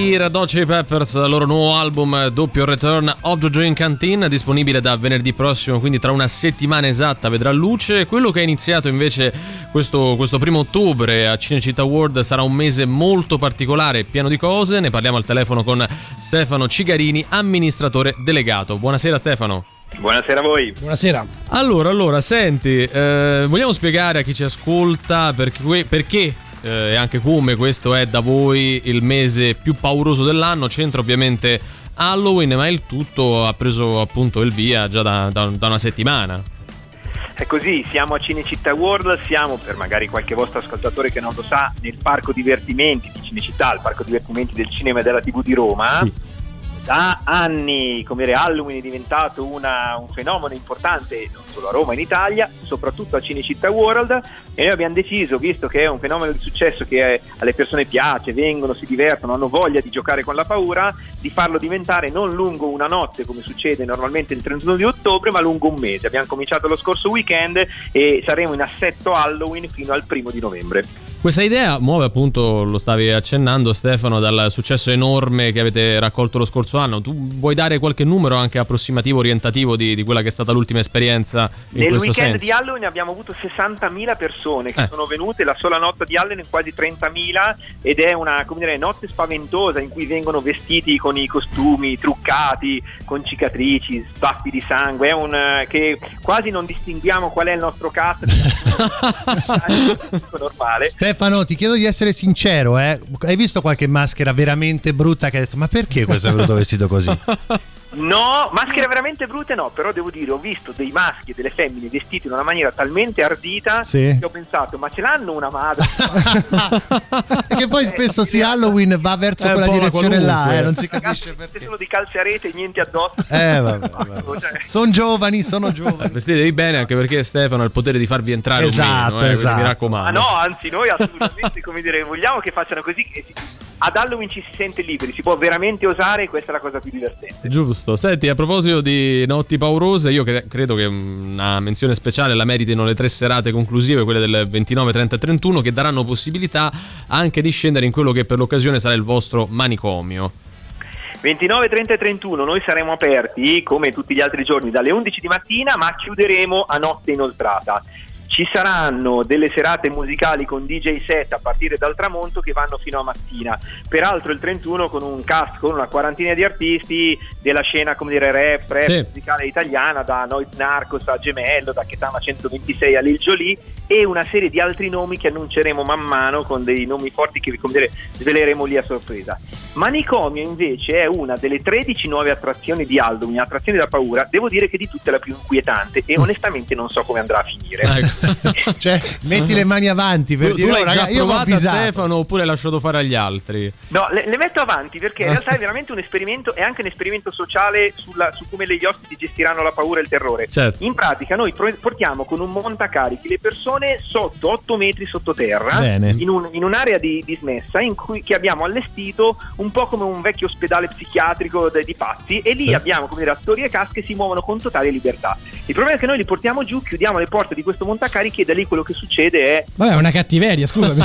I Red Hot Chili Peppers, il loro nuovo album doppio Return of the Dream Canteen, disponibile da venerdì prossimo, quindi tra una settimana esatta vedrà luce. Quello che è iniziato invece questo 1° ottobre a Cinecittà World sarà un mese molto particolare, pieno di cose. Ne parliamo al telefono con Stefano Cigarini, amministratore delegato. Buonasera Stefano. Buonasera a voi. Buonasera. Allora, senti, vogliamo spiegare a chi ci ascolta perché e anche come questo è da voi il mese più pauroso dell'anno? C'entra ovviamente Halloween, ma il tutto ha preso appunto il via già da una settimana. È così, siamo a Cinecittà World, siamo, per magari qualche vostro ascoltatore che non lo sa, nel parco divertimenti di Cinecittà, il parco divertimenti del cinema e della TV di Roma. Sì. Da anni, come dire, Halloween è diventato un fenomeno importante non solo a Roma, in Italia, soprattutto a Cinecittà World, e noi abbiamo deciso, visto che è un fenomeno di successo che alle persone piace, vengono, si divertono, hanno voglia di giocare con la paura, di farlo diventare non lungo una notte come succede normalmente il 31 di ottobre, ma lungo un mese. Abbiamo cominciato lo scorso weekend e saremo in assetto Halloween fino al 1 di novembre. Questa idea muove, appunto, lo stavi accennando Stefano, dal successo enorme che avete raccolto lo scorso anno. Tu vuoi dare qualche numero anche approssimativo, orientativo di quella che è stata l'ultima esperienza in nel questo weekend senso? di Halloween abbiamo avuto 60.000 persone che sono venute, la sola notte di Halloween quasi 30.000, ed è una, come dire, notte spaventosa in cui vengono vestiti con i costumi truccati, con cicatrici, sbaffi di sangue. È che quasi non distinguiamo qual è il nostro cast. Normale. Stefano, ti chiedo di essere sincero, hai visto qualche maschera veramente brutta che hai detto ma perché questo è venuto vestito così? No, maschere veramente brutte no, però devo dire, ho visto dei maschi e delle femmine vestiti in una maniera talmente ardita che ho pensato, ma ce l'hanno una madre? Perché poi spesso Halloween va verso quella direzione là, non si capisce perché. Se sono di calze a rete e niente addosso. Vabbè. Sono giovani. Vestitevi bene, anche perché Stefano ha il potere di farvi entrare o meno, esatto. Mi raccomando. No, anzi, noi assolutamente, come dire, vogliamo che facciano così. Ad Halloween ci si sente liberi, si può veramente osare, e questa è la cosa più divertente. Giusto. Senti, a proposito di notti paurose, io credo che una menzione speciale la meritino le 3 serate conclusive, quelle del 29, 30 e 31, che daranno possibilità anche di scendere in quello che per l'occasione sarà il vostro manicomio. 29, 30 e 31 noi saremo aperti come tutti gli altri giorni dalle 11 di mattina, ma chiuderemo a notte inoltrata. Ci saranno delle serate musicali con DJ set a partire dal tramonto che vanno fino a mattina. Peraltro il 31 con un cast, con una quarantina di artisti della scena, come dire, rap musicale italiana, da Noise Narcos a Gemello, da Ketama 126 a Lil Jolie, e una serie di altri nomi che annunceremo man mano, con dei nomi forti che, come dire, sveleremo lì a sorpresa. Manicomio invece è una delle 13 nuove attrazioni di Halloween, attrazioni da paura, devo dire che di tutte la più inquietante, e onestamente non so come andrà a finire. Cioè, metti le mani avanti per dire, l'hai già io provata, Stefano, oppure hai lasciato fare agli altri? No, le metto avanti perché in realtà è veramente un esperimento, è anche un esperimento sociale su come gli ospiti gestiranno la paura e il terrore. Certo. In pratica noi portiamo con un montacarichi le persone sotto 8 metri sottoterra, in un'area di dismessa che abbiamo allestito un po' come un vecchio ospedale psichiatrico di pazzi, e lì abbiamo, come dire, attori e cast che si muovono con totale libertà. Il problema è che noi li portiamo giù, chiudiamo le porte di questo montacarichi, e da lì quello che succede è... Vabbè, è una cattiveria, scusami.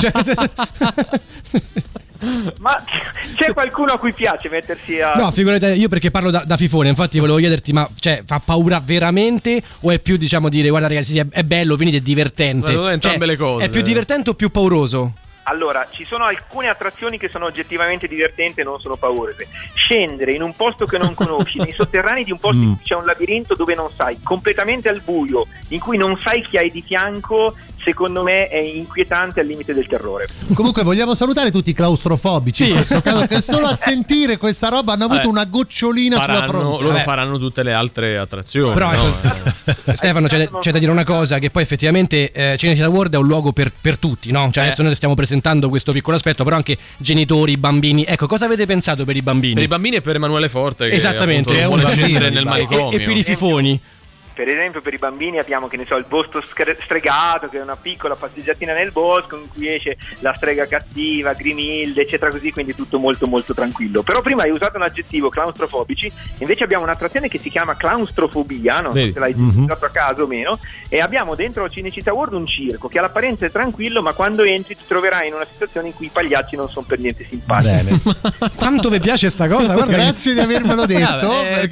Ma c'è qualcuno a cui piace mettersi a... No, figurati, io perché parlo da fifone, infatti volevo chiederti, ma fa paura veramente, o è più, diciamo, dire guarda ragazzi, è bello, venite, è divertente? Entrambe le cose. È più divertente o più pauroso? Allora, ci sono alcune attrazioni che sono oggettivamente divertenti e non sono paurose. Scendere in un posto che non conosci, nei sotterranei di un posto in cui c'è un labirinto dove non sai, completamente al buio, in cui non sai chi hai di fianco, secondo me è inquietante al limite del terrore. Comunque vogliamo salutare tutti i claustrofobici, che solo a sentire questa roba hanno avuto una gocciolina sulla fronte. Loro faranno tutte le altre attrazioni. Però Stefano, c'è da dire una cosa, che poi effettivamente Cinecittà World è un luogo per tutti, no? Cioè adesso noi stiamo presentando questo piccolo aspetto, però anche genitori, bambini. Ecco, cosa avete pensato per i bambini? Per i bambini e per Emanuele Forte, che esattamente appunto, vuole scendere nel manicomio. E per i fifoni? Per esempio per i bambini abbiamo, che ne so, il bosco stregato, che è una piccola passeggiatina nel bosco in cui esce la strega cattiva, Grimilde, eccetera, così, quindi tutto molto molto tranquillo. Però prima hai usato un aggettivo, claustrofobici, invece abbiamo un'attrazione che si chiama claustrofobia, non so se l'hai usato a caso o meno, e abbiamo dentro Cinecittà World un circo che all'apparenza è tranquillo, ma quando entri ti troverai in una situazione in cui i pagliacci non sono per niente simpatici. Quanto vi piace sta cosa? Guarda, grazie di avermelo detto.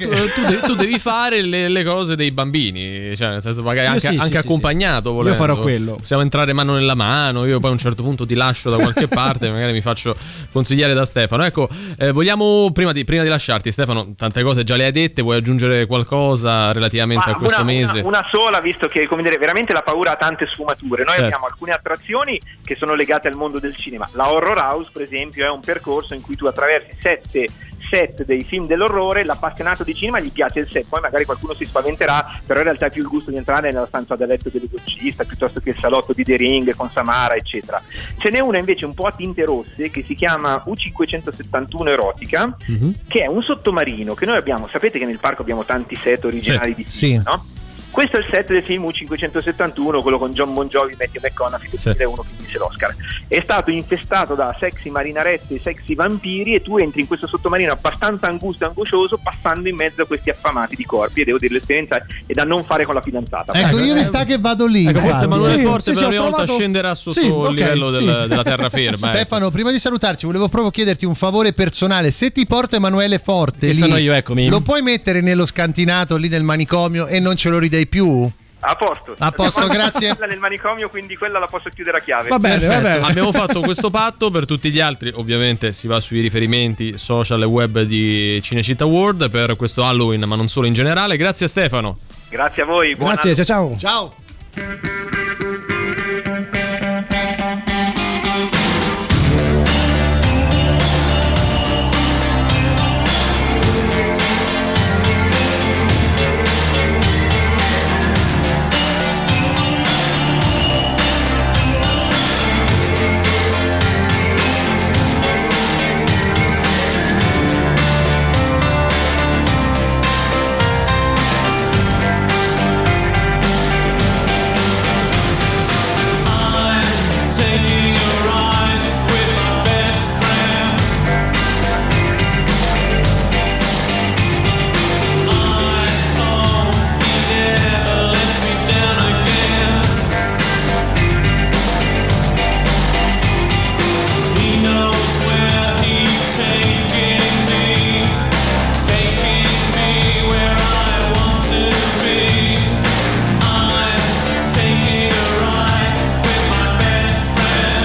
Tu devi fare le cose dei bambini, cioè nel senso magari anche accompagnato. Sì. Volendo. Io farò quello. Possiamo entrare mano nella mano, io poi a un certo punto ti lascio da qualche parte, magari mi faccio consigliare da Stefano. Ecco, vogliamo prima di lasciarti, Stefano, tante cose già le hai dette, vuoi aggiungere qualcosa relativamente a questo mese? Una sola, visto che, come dire, veramente la paura ha tante sfumature. Noi abbiamo alcune attrazioni che sono legate al mondo del cinema. La Horror House, per esempio, è un percorso in cui tu attraversi 7 set dei film dell'orrore. L'appassionato di cinema gli piace il set, poi magari qualcuno si spaventerà, però in realtà è più il gusto di entrare nella stanza da letto dell'esorcista piuttosto che il salotto di The Ring con Samara, eccetera. Ce n'è una invece un po' a tinte rosse che si chiama U571 Erotica, che è un sottomarino che noi abbiamo. Sapete che nel parco abbiamo tanti set originali di film, no? Questo è il set del film U571, quello con John Bon Jovi, Matthew McConaughey, del 2001, che vince l'Oscar. È stato infestato da sexy marinarette e sexy vampiri, e tu entri in questo sottomarino abbastanza angusto e angoscioso, passando in mezzo a questi affamati di corpi, e devo dire l'esperienza è da non fare con la fidanzata. Ecco, io mi sa che vado lì. Forse Emanuele Forte per la prima volta scenderà sotto il livello della terraferma. Stefano, prima di salutarci volevo proprio chiederti un favore personale. Se ti porto Emanuele Forte che lì, sono io, eccomi, lo puoi mettere nello scantinato lì nel manicomio e non ce lo ridei più? A posto, grazie. Nel manicomio, quindi quella la posso chiudere a chiave. Va bene. Abbiamo fatto questo patto. Per tutti gli altri ovviamente si va sui riferimenti social e web di Cinecittà World per questo Halloween, ma non solo, in generale. Grazie Stefano. Grazie a voi. Grazie, ciao. Ciao. Taking a ride with my best friend.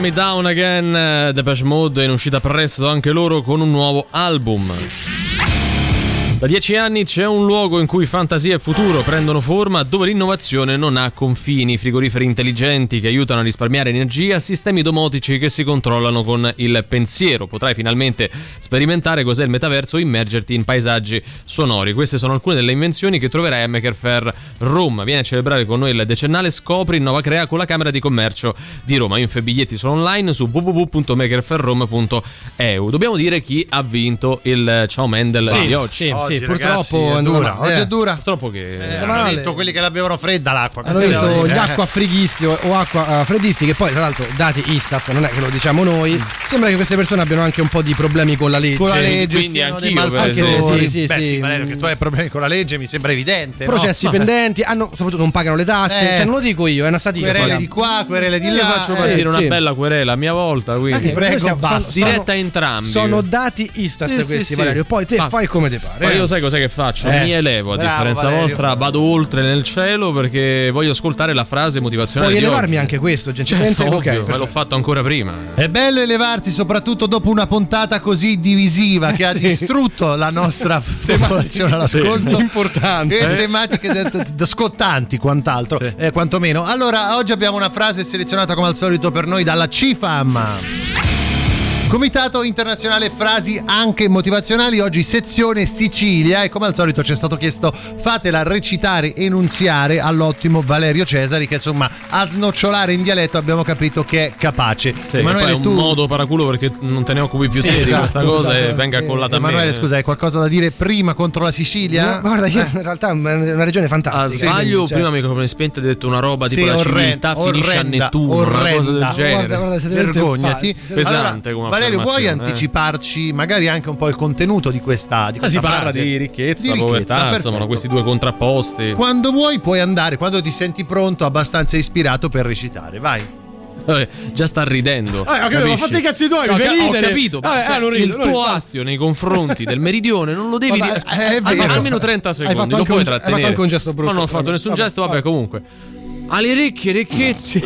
Me Down Again, Depeche Mode, in uscita presto anche loro con un nuovo album. Da 10 anni c'è un luogo in cui fantasia e futuro prendono forma, dove l'innovazione non ha confini, frigoriferi intelligenti che aiutano a risparmiare energia, sistemi domotici che si controllano con il pensiero. Potrai finalmente sperimentare cos'è il metaverso e immergerti in paesaggi sonori. Queste sono alcune delle invenzioni che troverai a Maker Faire Rome. Vieni a celebrare con noi il decennale Scopri Innova Crea con la Camera di Commercio di Roma. Info e biglietti sono online su www.makerfairrome.eu. Dobbiamo dire chi ha vinto il Ciao Mendel di oggi. Sì, purtroppo ragazzi, è dura. Oggi è dura. Purtroppo che hanno detto quelli che l'avevano fredda l'acqua. Hanno detto gli acqua frighisti o acqua freddisti, che poi tra l'altro dati Istat, non è che lo diciamo noi, sembra che queste persone abbiano anche un po' di problemi con la legge. Con la legge, quindi siano dei anch'io, malfattori. sì, Sì, Valerio, che tu hai problemi con la legge mi sembra evidente. Processi pendenti, soprattutto non pagano le tasse, cioè non lo dico io, è una statistica. Querele di qua, querele di là. Io faccio partire una bella querela a mia volta, quindi prego, basta. diretta a entrambi. Sono dati Istat questi, Valerio, poi te fai come ti pare. Ma io sai cos'è che faccio? Mi elevo, a Bravo, differenza Valerio. vostra, vado oltre nel cielo perché voglio ascoltare la frase motivazionale Puoi di elevarmi oggi. anche questo, gentilmente. Certo, Ok, ovvio, me l'ho fatto ancora prima. È bello elevarsi soprattutto dopo una puntata così divisiva che ha distrutto la nostra popolazione all'ascolto. Importante. E tematiche scottanti, quant'altro, quantomeno. Allora, oggi abbiamo una frase selezionata come al solito per noi dalla CIFAM. Comitato Internazionale Frasi anche motivazionali, oggi sezione Sicilia, e come al solito ci è stato chiesto fatela recitare, enunziare all'ottimo Valerio Cesari, che insomma a snocciolare in dialetto abbiamo capito che è capace. Sì, Emanuele, poi è un modo paraculo perché non te ne occupi più te di questa cosa e venga collata a me. Emanuele, scusa, hai qualcosa da dire prima contro la Sicilia? No, guarda, io in realtà è una regione A fantastica. sbaglio, cioè, prima microfono spento hai detto una roba tipo la civiltà finisce a Nettuno, una cosa del genere. guarda, siete veramente Vergognati. pazzi. Pesante Allora, come Valerio, vuoi affermazione, anticiparci magari anche un po' il contenuto di questa Si parla frase? di ricchezza, Di povertà, perfetto. insomma, questi due contrapposti. Quando vuoi puoi andare, quando ti senti pronto, abbastanza ispirato per recitare, vai. Già sta ridendo. Ho capito, capisci? ma fate i cazzi tuoi, No, mi fai ho ridere. capito. Non rido, il non tuo rido. astio nei confronti del meridione non lo devi dire è vero. almeno 30 secondi, fatto lo anche puoi hai trattenere. fatto anche un gesto brutto. No, non ho fatto nessun gesto, vabbè, comunque. Alle ricche ricchezze,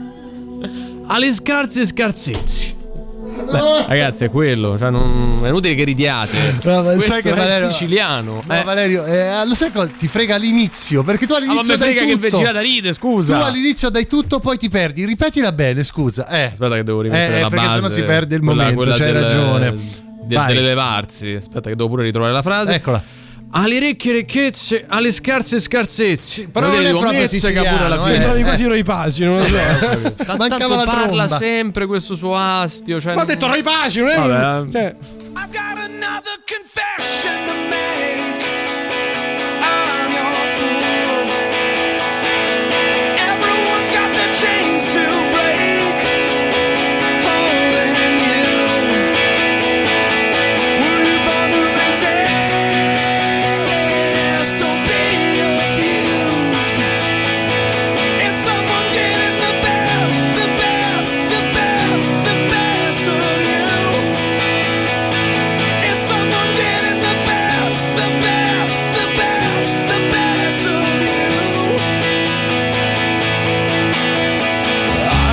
alle scarse scarsezze. Beh, ragazzi, è quello, cioè non è inutile che ridiate. No, ma Questo sai che è Valerio, il siciliano. No, Valerio, lo sai cosa? Ti frega all'inizio, perché tu Ma all'inizio mi dai frega che tutto. invece da ride, scusa. Tu all'inizio dai tutto, poi ti perdi. Ripetila bene, scusa. Aspetta che devo rimettere la perché base. sennò si perde il quella- momento, quella c'hai del- ragione. Vai. dell'elevarsi. Aspetta che devo pure ritrovare la frase. Eccola. Alle ricche ricchezze, alle scarse scarsezze. Però non è proprio siciliano, alla fine. Sembravi quasi Roy Paci, non lo so. Mancava Tanto la parla tromba. sempre questo suo astio. Cioè Ma ho detto Roy Paci, non è? Vabbè. Cioè, I've got another confession to make. I'm your fool. Everyone's got the chains to break. Holding you. Were you born to resist or be abused? Is someone getting the best, the best, the best, the best of you? Is someone getting the best, the best, the best, the best of you? I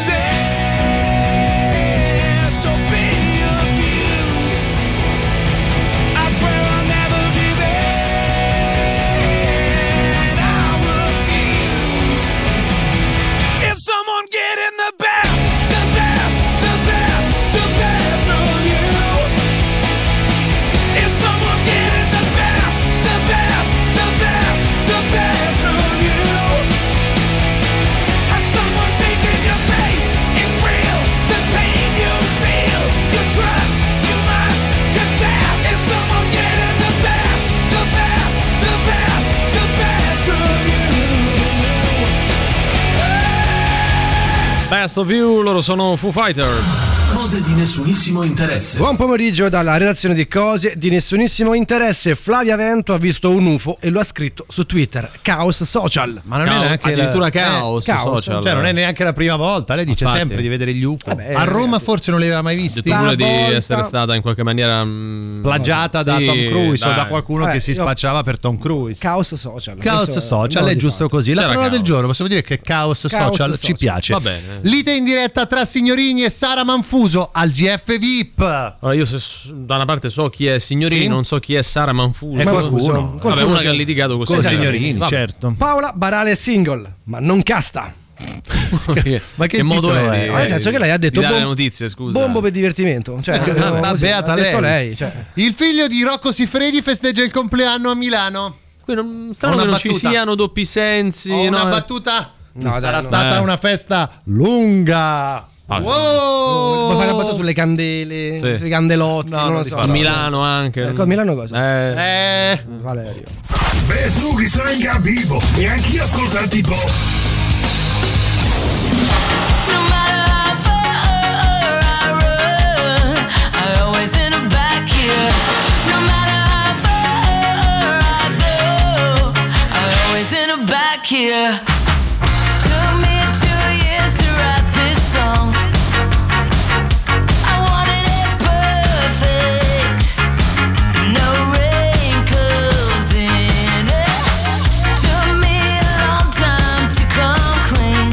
resist or be abused. I swear I'll never give in. I refuse. Is someone getting the best, the best, the best, the best of you? Is someone getting the best, the best, the best, the best of you? Has someone taken your faith? It's real, the pain you feel, your trust, you must confess. Is someone getting the best, the best, the best, the best of you? Best of You, loro sono Foo Fighters. Cose di nessunissimo interesse. Buon pomeriggio dalla redazione di Cose di nessunissimo interesse. Flavia Vento ha visto un UFO e lo ha scritto su Twitter. Caos social. Ma non è neanche addirittura caos social. Cioè non è neanche la prima volta. Lei dice Infatti. sempre di vedere gli UFO. Vabbè, a Roma ragazzi, forse non li aveva mai visti. Detto pure di volta- essere stata in qualche maniera Plagiata da Sì, Tom Cruise o dai. da qualcuno che si io- spacciava per Tom Cruise. Caos social. Caos Questo social no, è di giusto fatto. così. La C'era parola del caos. giorno possiamo dire che caos social ci social. piace. Va bene. Lite in diretta tra Signorini e Sara Manfuso al GF VIP. Allora io da una parte so chi è Signorini, Sì. non so chi è Sara Manfuso. È qualcuno. Vabbè, una che ha litigato con Con Signorini. Signorini, Vabbè. certo. Paola Barale è single, ma non casta. Ma che modo titolo è? è? Nel senso che lei ha detto Di dare le notizie, scusa. bombo per divertimento. Cioè, Ma così, beata ha detto lei. lei. Cioè. Il figlio di Rocco Siffredi festeggia il compleanno a Milano. Strano Una che non ci battuta. siano doppi sensi. Ho una no? battuta. No, Sarà dai, no. stata una festa lunga. Ah, Wow! Puoi fare una battuta sulle candele, Sì. sui candelotti, No, non non lo ti so. A Milano anche. Ecco, a Milano cosa? Valerio. Beh, su, che sono incapito e anch'io ascolto il tipo. No matter how far I run, I always end up back here. No matter how far I go, I always end up back here. Took me 2 years to write this song. I wanted it perfect, no wrinkles in it. Took me a long time to come clean.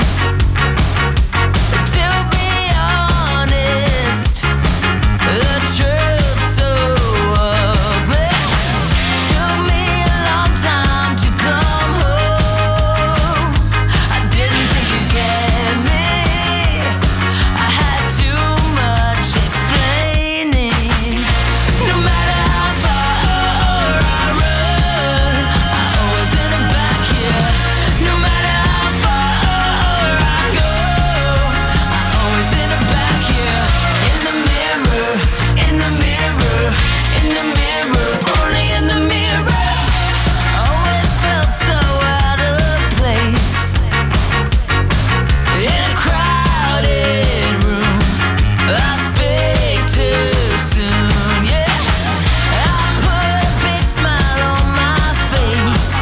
To be honest, the truth's so ugly. Took me a long time to come home. I didn't think you'd get me. I had too much explaining. No matter how far I run, I always end up back here. No matter how far I go, I always end up back here. In the mirror, in the mirror, in the mirror, only in the mirror. Always felt so out of place in a crowded room. I speak too soon, yeah. I put a big smile on my face.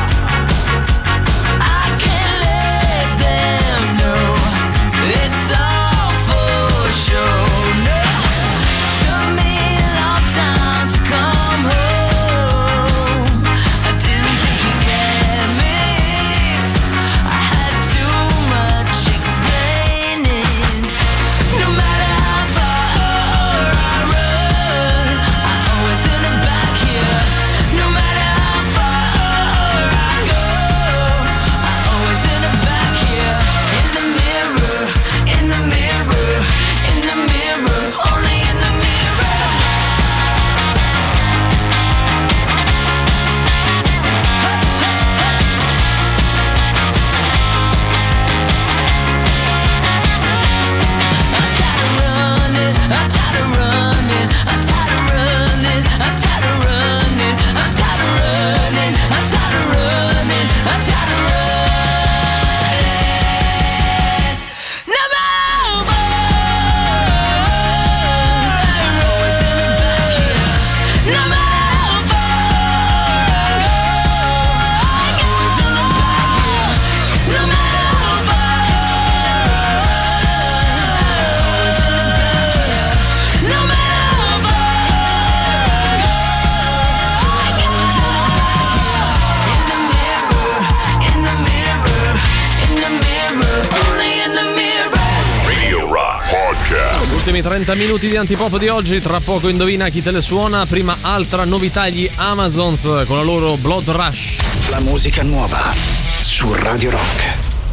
I can't let them know it's all for show. No, took me a long time to come home. I didn't think you'd get me. I had too much explaining. No matter how far I run, I always end up back here. No matter how far I go, I always end up back here. In the mirror, in the mirror, in the mirror, only in the mirror. I'm tired of running, I'm tired of running, I'm tired of running, I'm tired of running, I'm tired of running, I'm tired of running. No matter how far I always end up back here. No matter how far I go, I always end up back here. No matter how far I always end up back here. No ultimi 30 minuti di Antipop di oggi. Tra poco indovina chi te le suona. Prima altra novità, gli Amazons con la loro Blood Rush. La musica nuova su Radio Rock.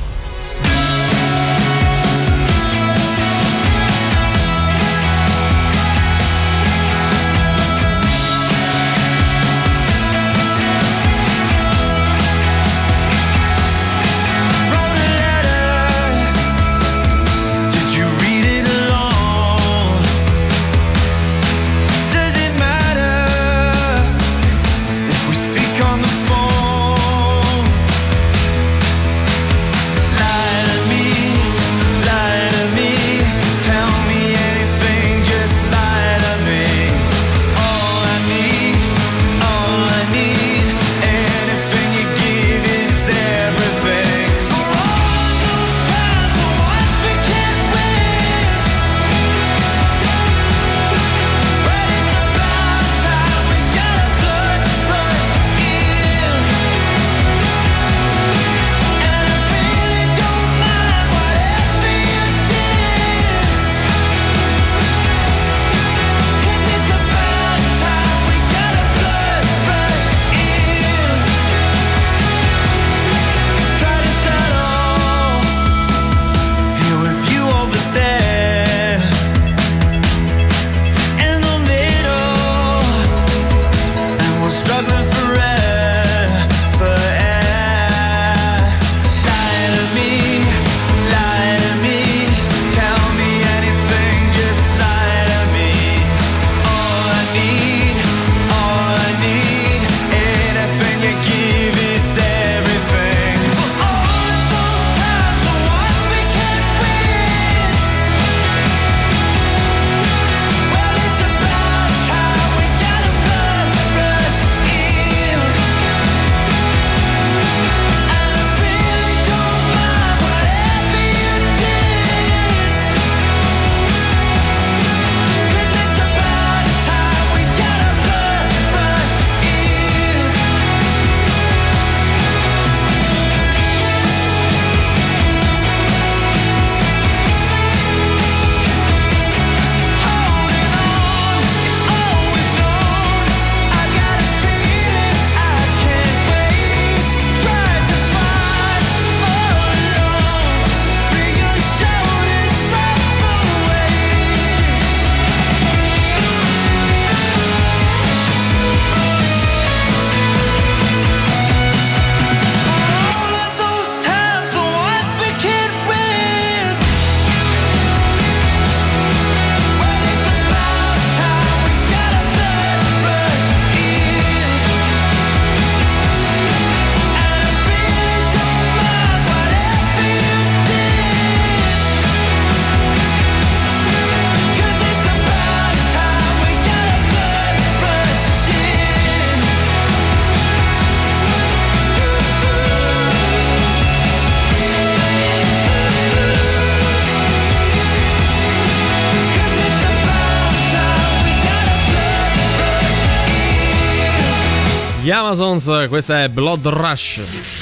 Gli Amazons, questa è Blood Rush.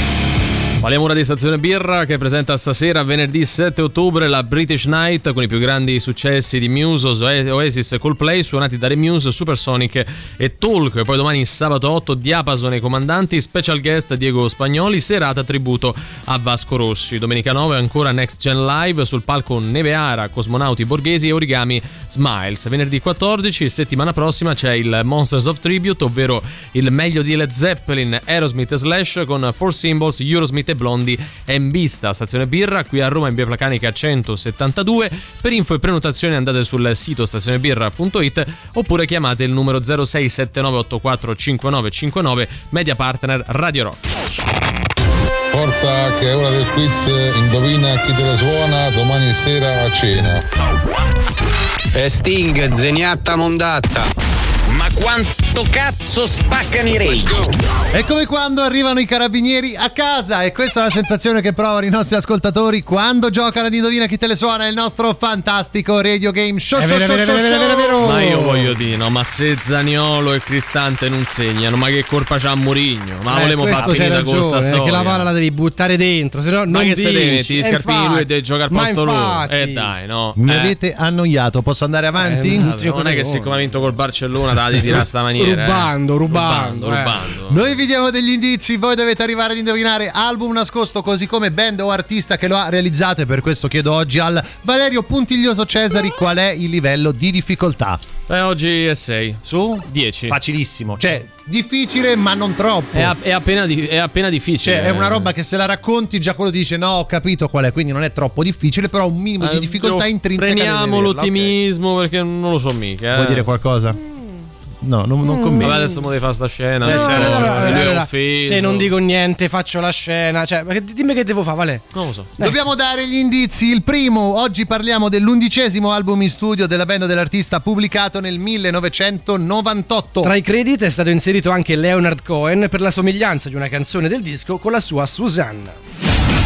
Parliamo ora di Stazione Birra, che presenta stasera, venerdì 7 ottobre, la British Night con i più grandi successi di Muse, Oasis e Coldplay, suonati da Muse, Supersonic e Talk. E poi domani sabato 8, Diapason e i Comandanti, special guest Diego Spagnoli, serata tributo a Vasco Rossi. Domenica 9 ancora Next Gen Live, sul palco Neveara, Cosmonauti Borghesi e Origami Smiles. Venerdì 14, settimana prossima, c'è il Monsters of Tribute, ovvero il meglio di Led Zeppelin, Aerosmith e Slash con Four Symbols, Eurosmith e Blondie è in vista. Stazione Birra qui a Roma in via Placanica 172. Per info e prenotazioni andate sul sito stazionebirra.it oppure chiamate il numero 0679845959, media partner Radio Rock. Forza che è ora del quiz, indovina chi te la suona domani sera a cena. Sting, Zeniatta Mondatta. Ma quanto cazzo spaccano i rage? È come quando arrivano i carabinieri a casa, e questa è la sensazione che provano i nostri ascoltatori quando giocano ad Indovina chi te le suona, il nostro fantastico radio game show. È vero. Ma io voglio dire, no, ma se Zaniolo e Cristante non segnano, ma che colpa c'ha Mourinho? Ma volevamo far finita con sta storia. Che la palla la devi buttare dentro, se no non ma che vinci. se devi metti gli scarpini lui e devi giocare al posto lui? Dai, no. Mi avete annoiato, posso andare avanti? Non è che siccome ha vinto col Barcellona te la devi tirare a sta maniera. Rubando. Noi vi diamo degli indizi, voi dovete arrivare ad indovinare album nascosto, così come band o artista che lo ha realizzato, e per questo chiedo oggi al Valerio Puntiglioso Cesari qual è il livello di difficoltà. Oggi è 6 su 10. Facilissimo, cioè difficile ma non troppo. È appena difficile. Cioè è una roba che se la racconti già quello dice no, ho capito qual è, quindi non è troppo difficile, però un minimo di difficoltà intrinseca. Premiamo l'ottimismo, okay. Perché non lo so mica. Vuoi dire qualcosa? No, non convinco. Vabbè, adesso mo devi fare sta scena. Allora, se non dico niente faccio la scena. Cioè, dimmi che devo fare, Vale. Non lo so. Dobbiamo dare gli indizi. Il primo, oggi parliamo dell'11° album in studio della band dell'artista, pubblicato nel 1998. Tra i crediti è stato inserito anche Leonard Cohen per la somiglianza di una canzone del disco con la sua Susanna.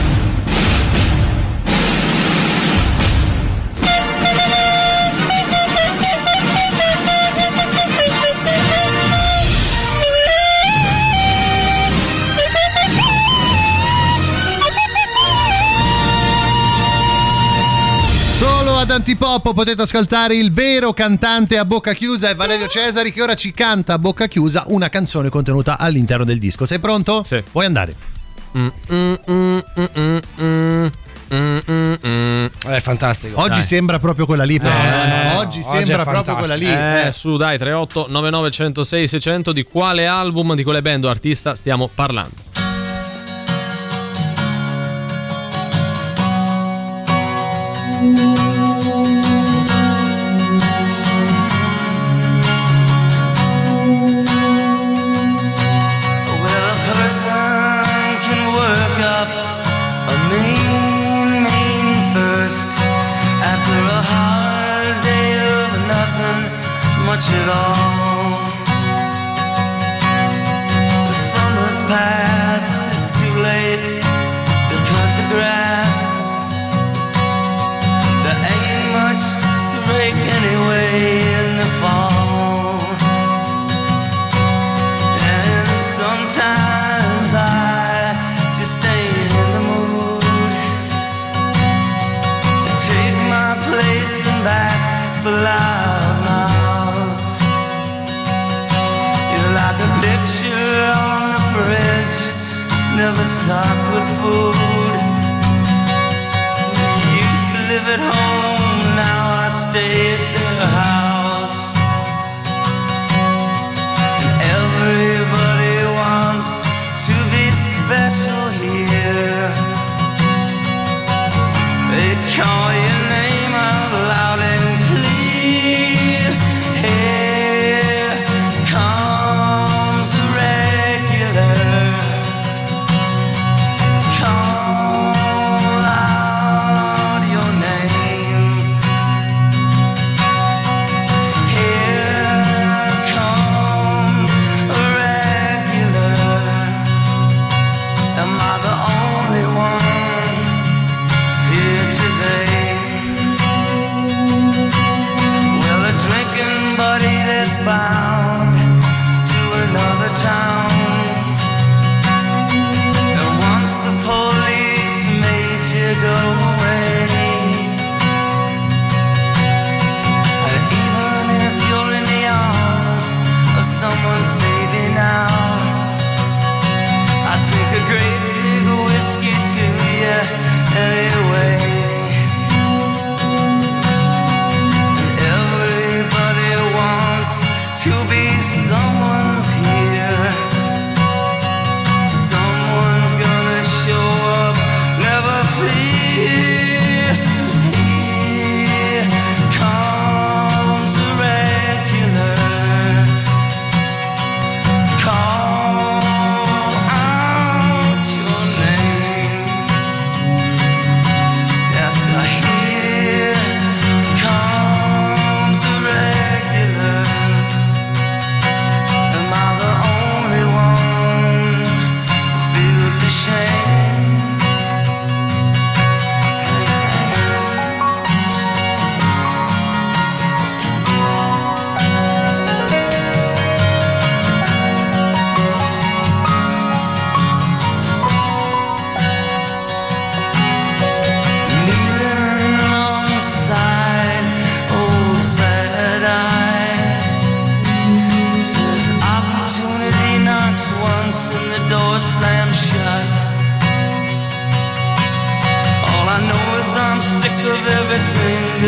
Ad Antipop potete ascoltare il vero cantante a bocca chiusa, è Valerio Cesari, che ora ci canta a bocca chiusa una canzone contenuta all'interno del disco. Sei pronto? Sì. Puoi andare. È fantastico. Oggi dai. Sembra proprio quella lì, però. Oggi sembra proprio quella lì. Su dai, 38 99 106 600, di quale album, di quale band o artista stiamo parlando? Much at all. The summer's past, it's too late to cut the grass. There ain't much to break anyway in the fall. And sometimes I just stay in the mood to take my place and back for loud mouths. Like a picture on the fridge, it's never stocked with food. Used to live at home, now I stay at the house. And everybody wants to be special here. They call your name out loud and clear. Here comes a regular. Call out your name.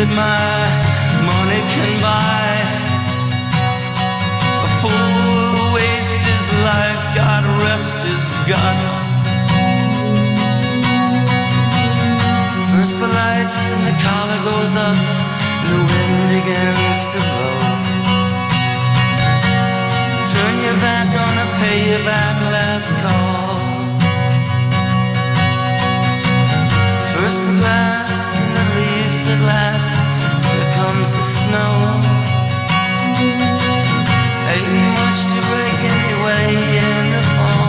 that my money can buy. A fool will waste his life, God rest his guts. First the lights and the collar goes up, the wind begins to blow. Turn your back on a pay you back last call. First the glass and the leaves at last, here comes the snow. Ain't much to break anyway in the fall.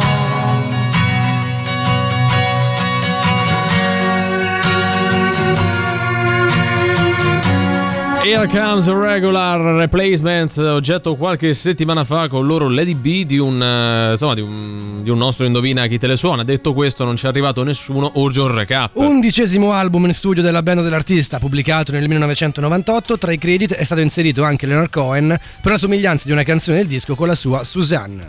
Here Comes a Regular Replacements, oggetto qualche settimana fa con loro Lady B di un nostro Indovina chi te le suona. Detto questo, non ci è arrivato nessuno, urge un recap. 11° album in studio della band dell'artista, pubblicato nel 1998. Tra i credit è stato inserito anche Leonard Cohen per la somiglianza di una canzone del disco con la sua Suzanne.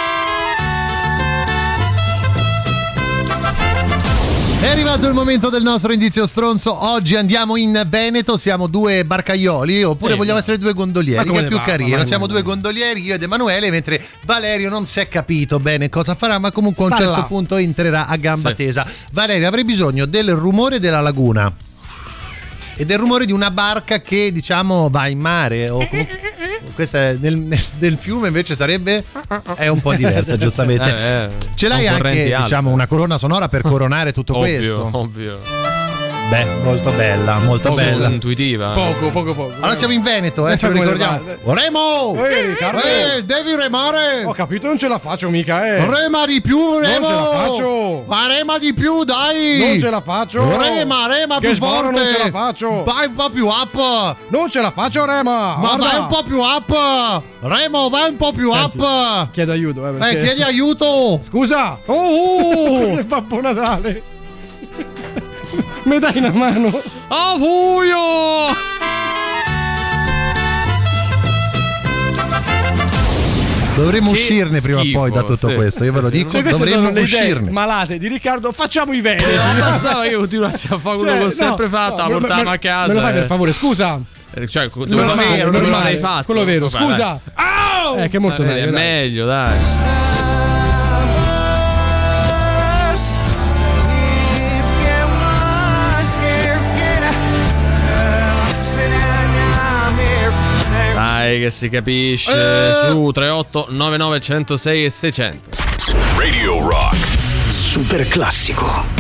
È arrivato il momento del nostro indizio stronzo. Oggi andiamo in Veneto, siamo due barcaioli, oppure vogliamo essere due gondolieri, che è più carino. Siamo due gondolieri, io ed Emanuele, mentre Valerio non si è capito bene cosa farà, ma comunque a un certo punto entrerà a gamba tesa. Valerio, avrei bisogno del rumore della laguna e del rumore di una barca che, diciamo, va in mare, o comunque questa nel fiume invece sarebbe è un po' diversa, giustamente. Ce l'hai anche, diciamo, una colonna sonora per coronare tutto questo? Ovvio. Beh, molto bella, molto poco bella. Intuitiva. Poco. Allora siamo in Veneto, ce lo ricordiamo. Remo! Devi remare! Ho capito, non ce la faccio mica, Rema di più, Remo! Non ce la faccio! Ma rema di più, dai! Non ce la faccio! Rema che più svoro, forte! non ce la faccio! Vai un po' più up! Non ce la faccio, Rema! Ma Guarda. vai un po' più up! Remo, vai un po' più up! Chiedo aiuto, perché... chiedi aiuto! Scusa! Babbo Natale! Mi dai una mano? A buio! Dovremmo Che uscirne prima o schifo, poi da tutto questo, io ve lo dico, Cioè, queste dovremmo sono le idee uscirne. malate di Riccardo, facciamo i veneti. Bastava che io continuassi a fare quello che ho sempre fatto, la portavamo a casa. Me lo fai per favore, scusa? Cioè, dove l'hai fatto? Quello vero, Vabbè, scusa. Che è molto meglio. È meglio, dai. Dai, che si capisce. Su 38 99 106 e 600. Radio Rock Super classico.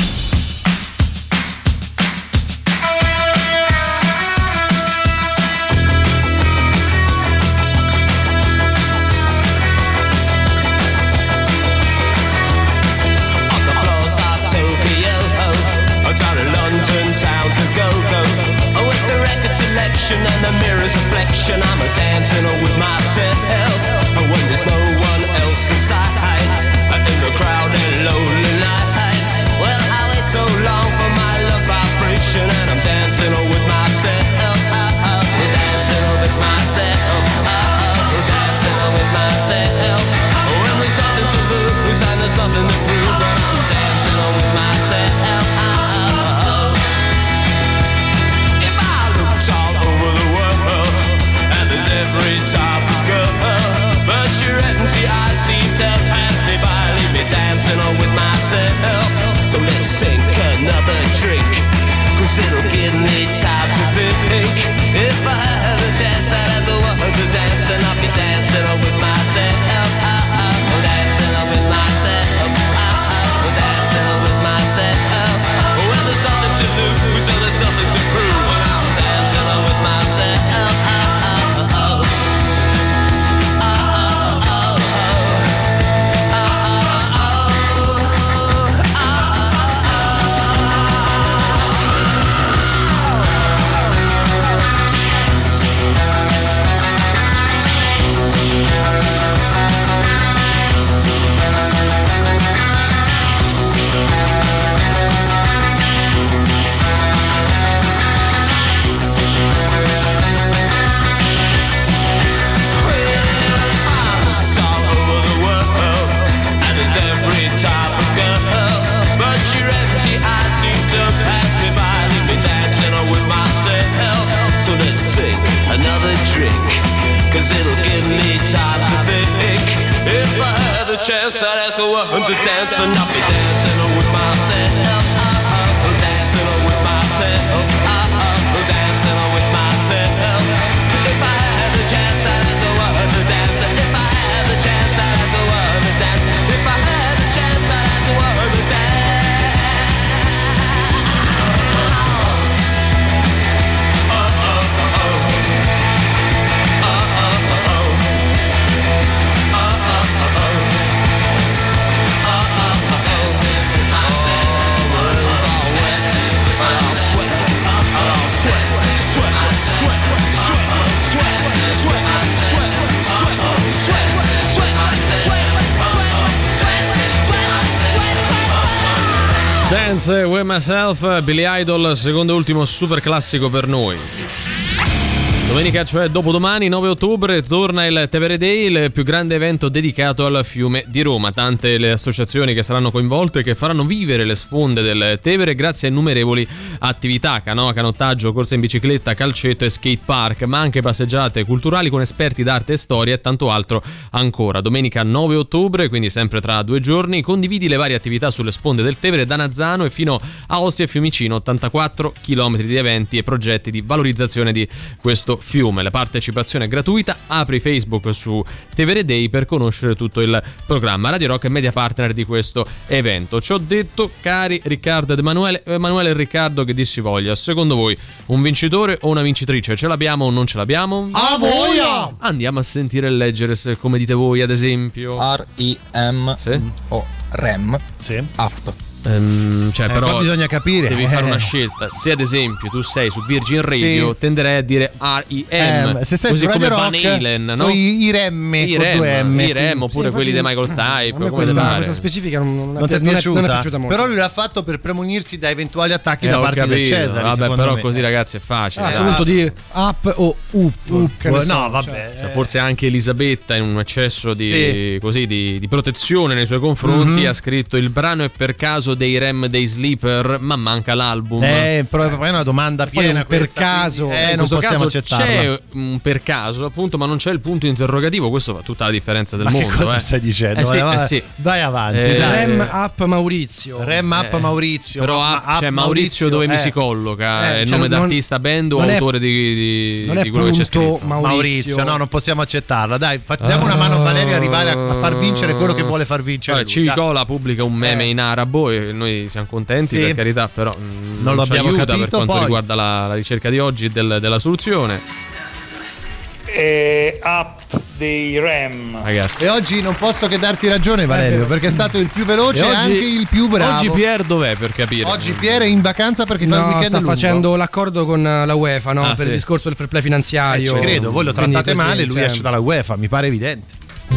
And the mirror's reflection, I'm a dancing with myself. When there's no one else inside, in the crowded lonely night. Well, I wait so long for my love vibration, and I'm dancing with myself. Dancing with myself. Dancing with myself. When there's nothing to lose and there's nothing to prove, I'm dancing with myself. Every type of girl, but your empty eyes seem to pass me by. Leave me dancing on with my trick, 'cause it'll give me time to think. If I had the chance, I'd ask a woman to dance and not be dancing with myself. Dancing with myself. Dancing with myself. If I had the chance, I'd ask a woman to dance. If I had the chance, I'd ask a woman to dance. If I had the chance, I'd ask a woman to dance. Dance with Myself, Billy Idol, secondo e ultimo super classico per noi. Domenica, cioè dopodomani, 9 ottobre, torna il Tevere Day, il più grande evento dedicato al fiume di Roma. Tante le associazioni che saranno coinvolte e che faranno vivere le sponde del Tevere grazie a innumerevoli attività: canoa, canottaggio, corsa in bicicletta, calcetto e skate park, ma anche passeggiate culturali con esperti d'arte e storia e tanto altro ancora. Domenica 9 ottobre, quindi sempre tra 2 giorni, condividi le varie attività sulle sponde del Tevere da Nazzano e fino a Ostia e Fiumicino, 84 km di eventi e progetti di valorizzazione di questo fiume. La partecipazione è gratuita, apri Facebook su Tevere Day per conoscere tutto il programma. Radio Rock è media partner di questo evento. Ci ho detto, cari Riccardo ed Emanuele e Riccardo, che dir si voglia, secondo voi un vincitore o una vincitrice ce l'abbiamo o non ce l'abbiamo? A voglia! Andiamo a sentire e leggere, come dite voi, ad esempio R-I-M o REM app. Però bisogna capire, devi fare una scelta. Se ad esempio tu sei su Virgin Radio, tenderei a dire R-I-M, se sei così su come Radio Van Rock, Halen, no? sono i REM oppure quelli di Michael Stipe. Come questa specifica non ti è piaciuta molto. Però lui l'ha fatto per premunirsi da eventuali attacchi da parte del Cesare. Vabbè, però me. così ragazzi è facile. A punto di up o up. No, vabbè. Cioè, forse anche Elisabetta, in un eccesso di protezione nei suoi confronti, ha scritto: il brano è per caso dei REM dei Sleeper, ma manca l'album. Però è una domanda piena per questa, caso. quindi, non possiamo accettarla. C'è un per caso, appunto, ma non c'è il punto interrogativo. Questo fa tutta la differenza del mondo. Che cosa stai dicendo? Sì. Vai avanti. Rem Up Maurizio. Rem Up Maurizio. Però c'è Maurizio dove mi si colloca? È il nome d'artista, band o autore di quello che c'è scritto? Maurizio. No, non possiamo accettarla. Dai, diamo una mano a Valerio arrivare a far vincere quello che vuole far vincere. Civicola pubblica un meme in arabo e noi siamo contenti, per carità, però non lo abbiamo aiuta capito, per quanto poi riguarda la ricerca di oggi della soluzione. App dei REM, ragazzi. E oggi non posso che darti ragione, Valerio, perché è stato il più veloce e anche il più bravo. Oggi Pier dov'è, per capire? Oggi Pier è in vacanza perché fa il weekend sta lungo. facendo l'accordo con la UEFA, no? Per il discorso del fair play finanziario. Ci credo, voi lo trattate male, lui esce dalla UEFA, mi pare evidente.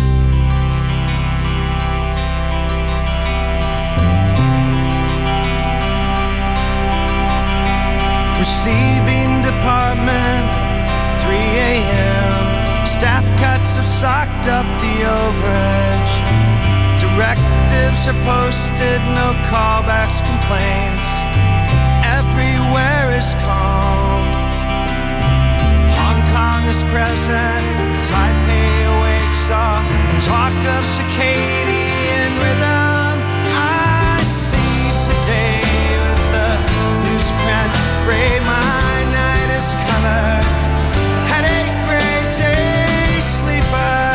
Receiving department, 3 a.m. Staff cuts have socked up the overage. Directives are posted, no callbacks, complaints. Everywhere is calm. Hong Kong is present, Taipei awakes all talk of circadian rhythm. I see today with the newsprint. Gray, my night is color. Headache, gray, day sleeper.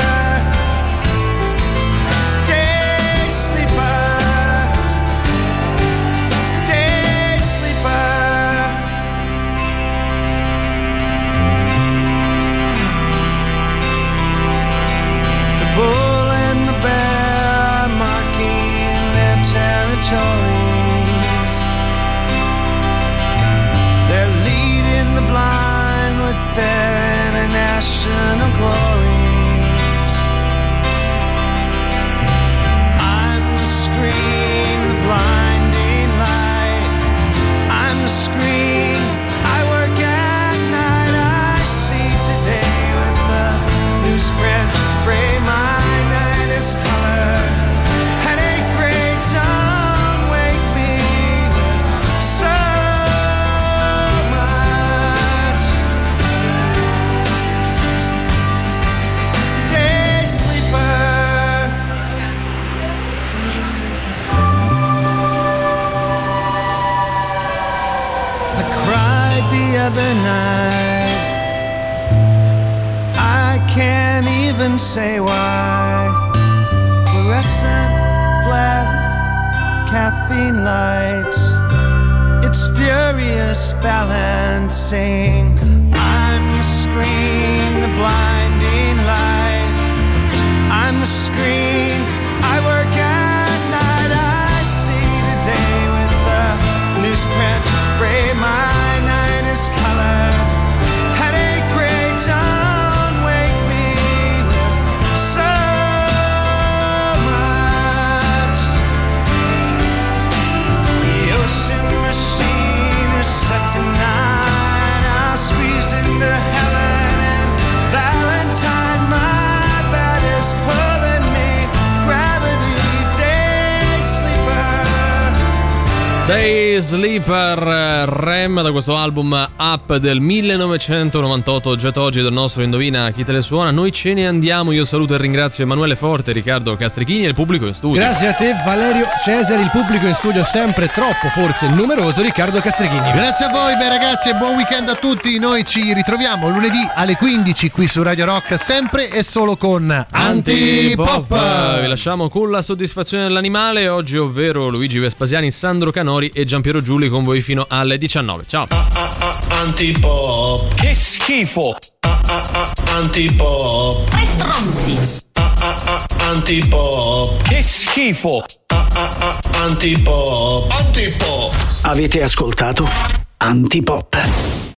Day sleeper. Day sleeper. The bull and the bear are marking their territory. Blind with their international glories. I'm the screen, the blinding light. I'm the screen, I work at night. I see today with the newsprint. Gray, my night is color. Headache, gray, don't wake me. So night. I can't even say why. Fluorescent, flat, caffeine lights. It's furious balancing. I'm the screen, the blinding light. I'm the screen, I work at night. I see the day with the newsprint gray. My night is colored. Headache gray, don't wake me with so much. The ocean machine is set tonight. I'll squeeze into Helen and Valentine. My bed is pulling me. Gravity, day sleeper. Day Sleeper, Rem, da questo album Up del 1998, oggetto oggi del nostro Indovina chi te le suona. Noi ce ne andiamo, io saluto e ringrazio Emanuele Forte, Riccardo Castrichini e il pubblico in studio. Grazie a te Valerio Cesari, il pubblico in studio sempre troppo, forse numeroso, Riccardo Castrichini. Grazie a voi, beh ragazzi, e buon weekend a tutti. Noi ci ritroviamo lunedì alle 15 qui su Radio Rock, sempre e solo con Antipop. Vi lasciamo con la soddisfazione dell'animale oggi, ovvero Luigi Vespasiani, Sandro Canori e Giampiero Giuli con voi fino alle 19. Ciao. Antipop. Che schifo! Antipop. Che stronzi! Antipop. Che schifo! Antipop. Antipop. Avete ascoltato Antipop.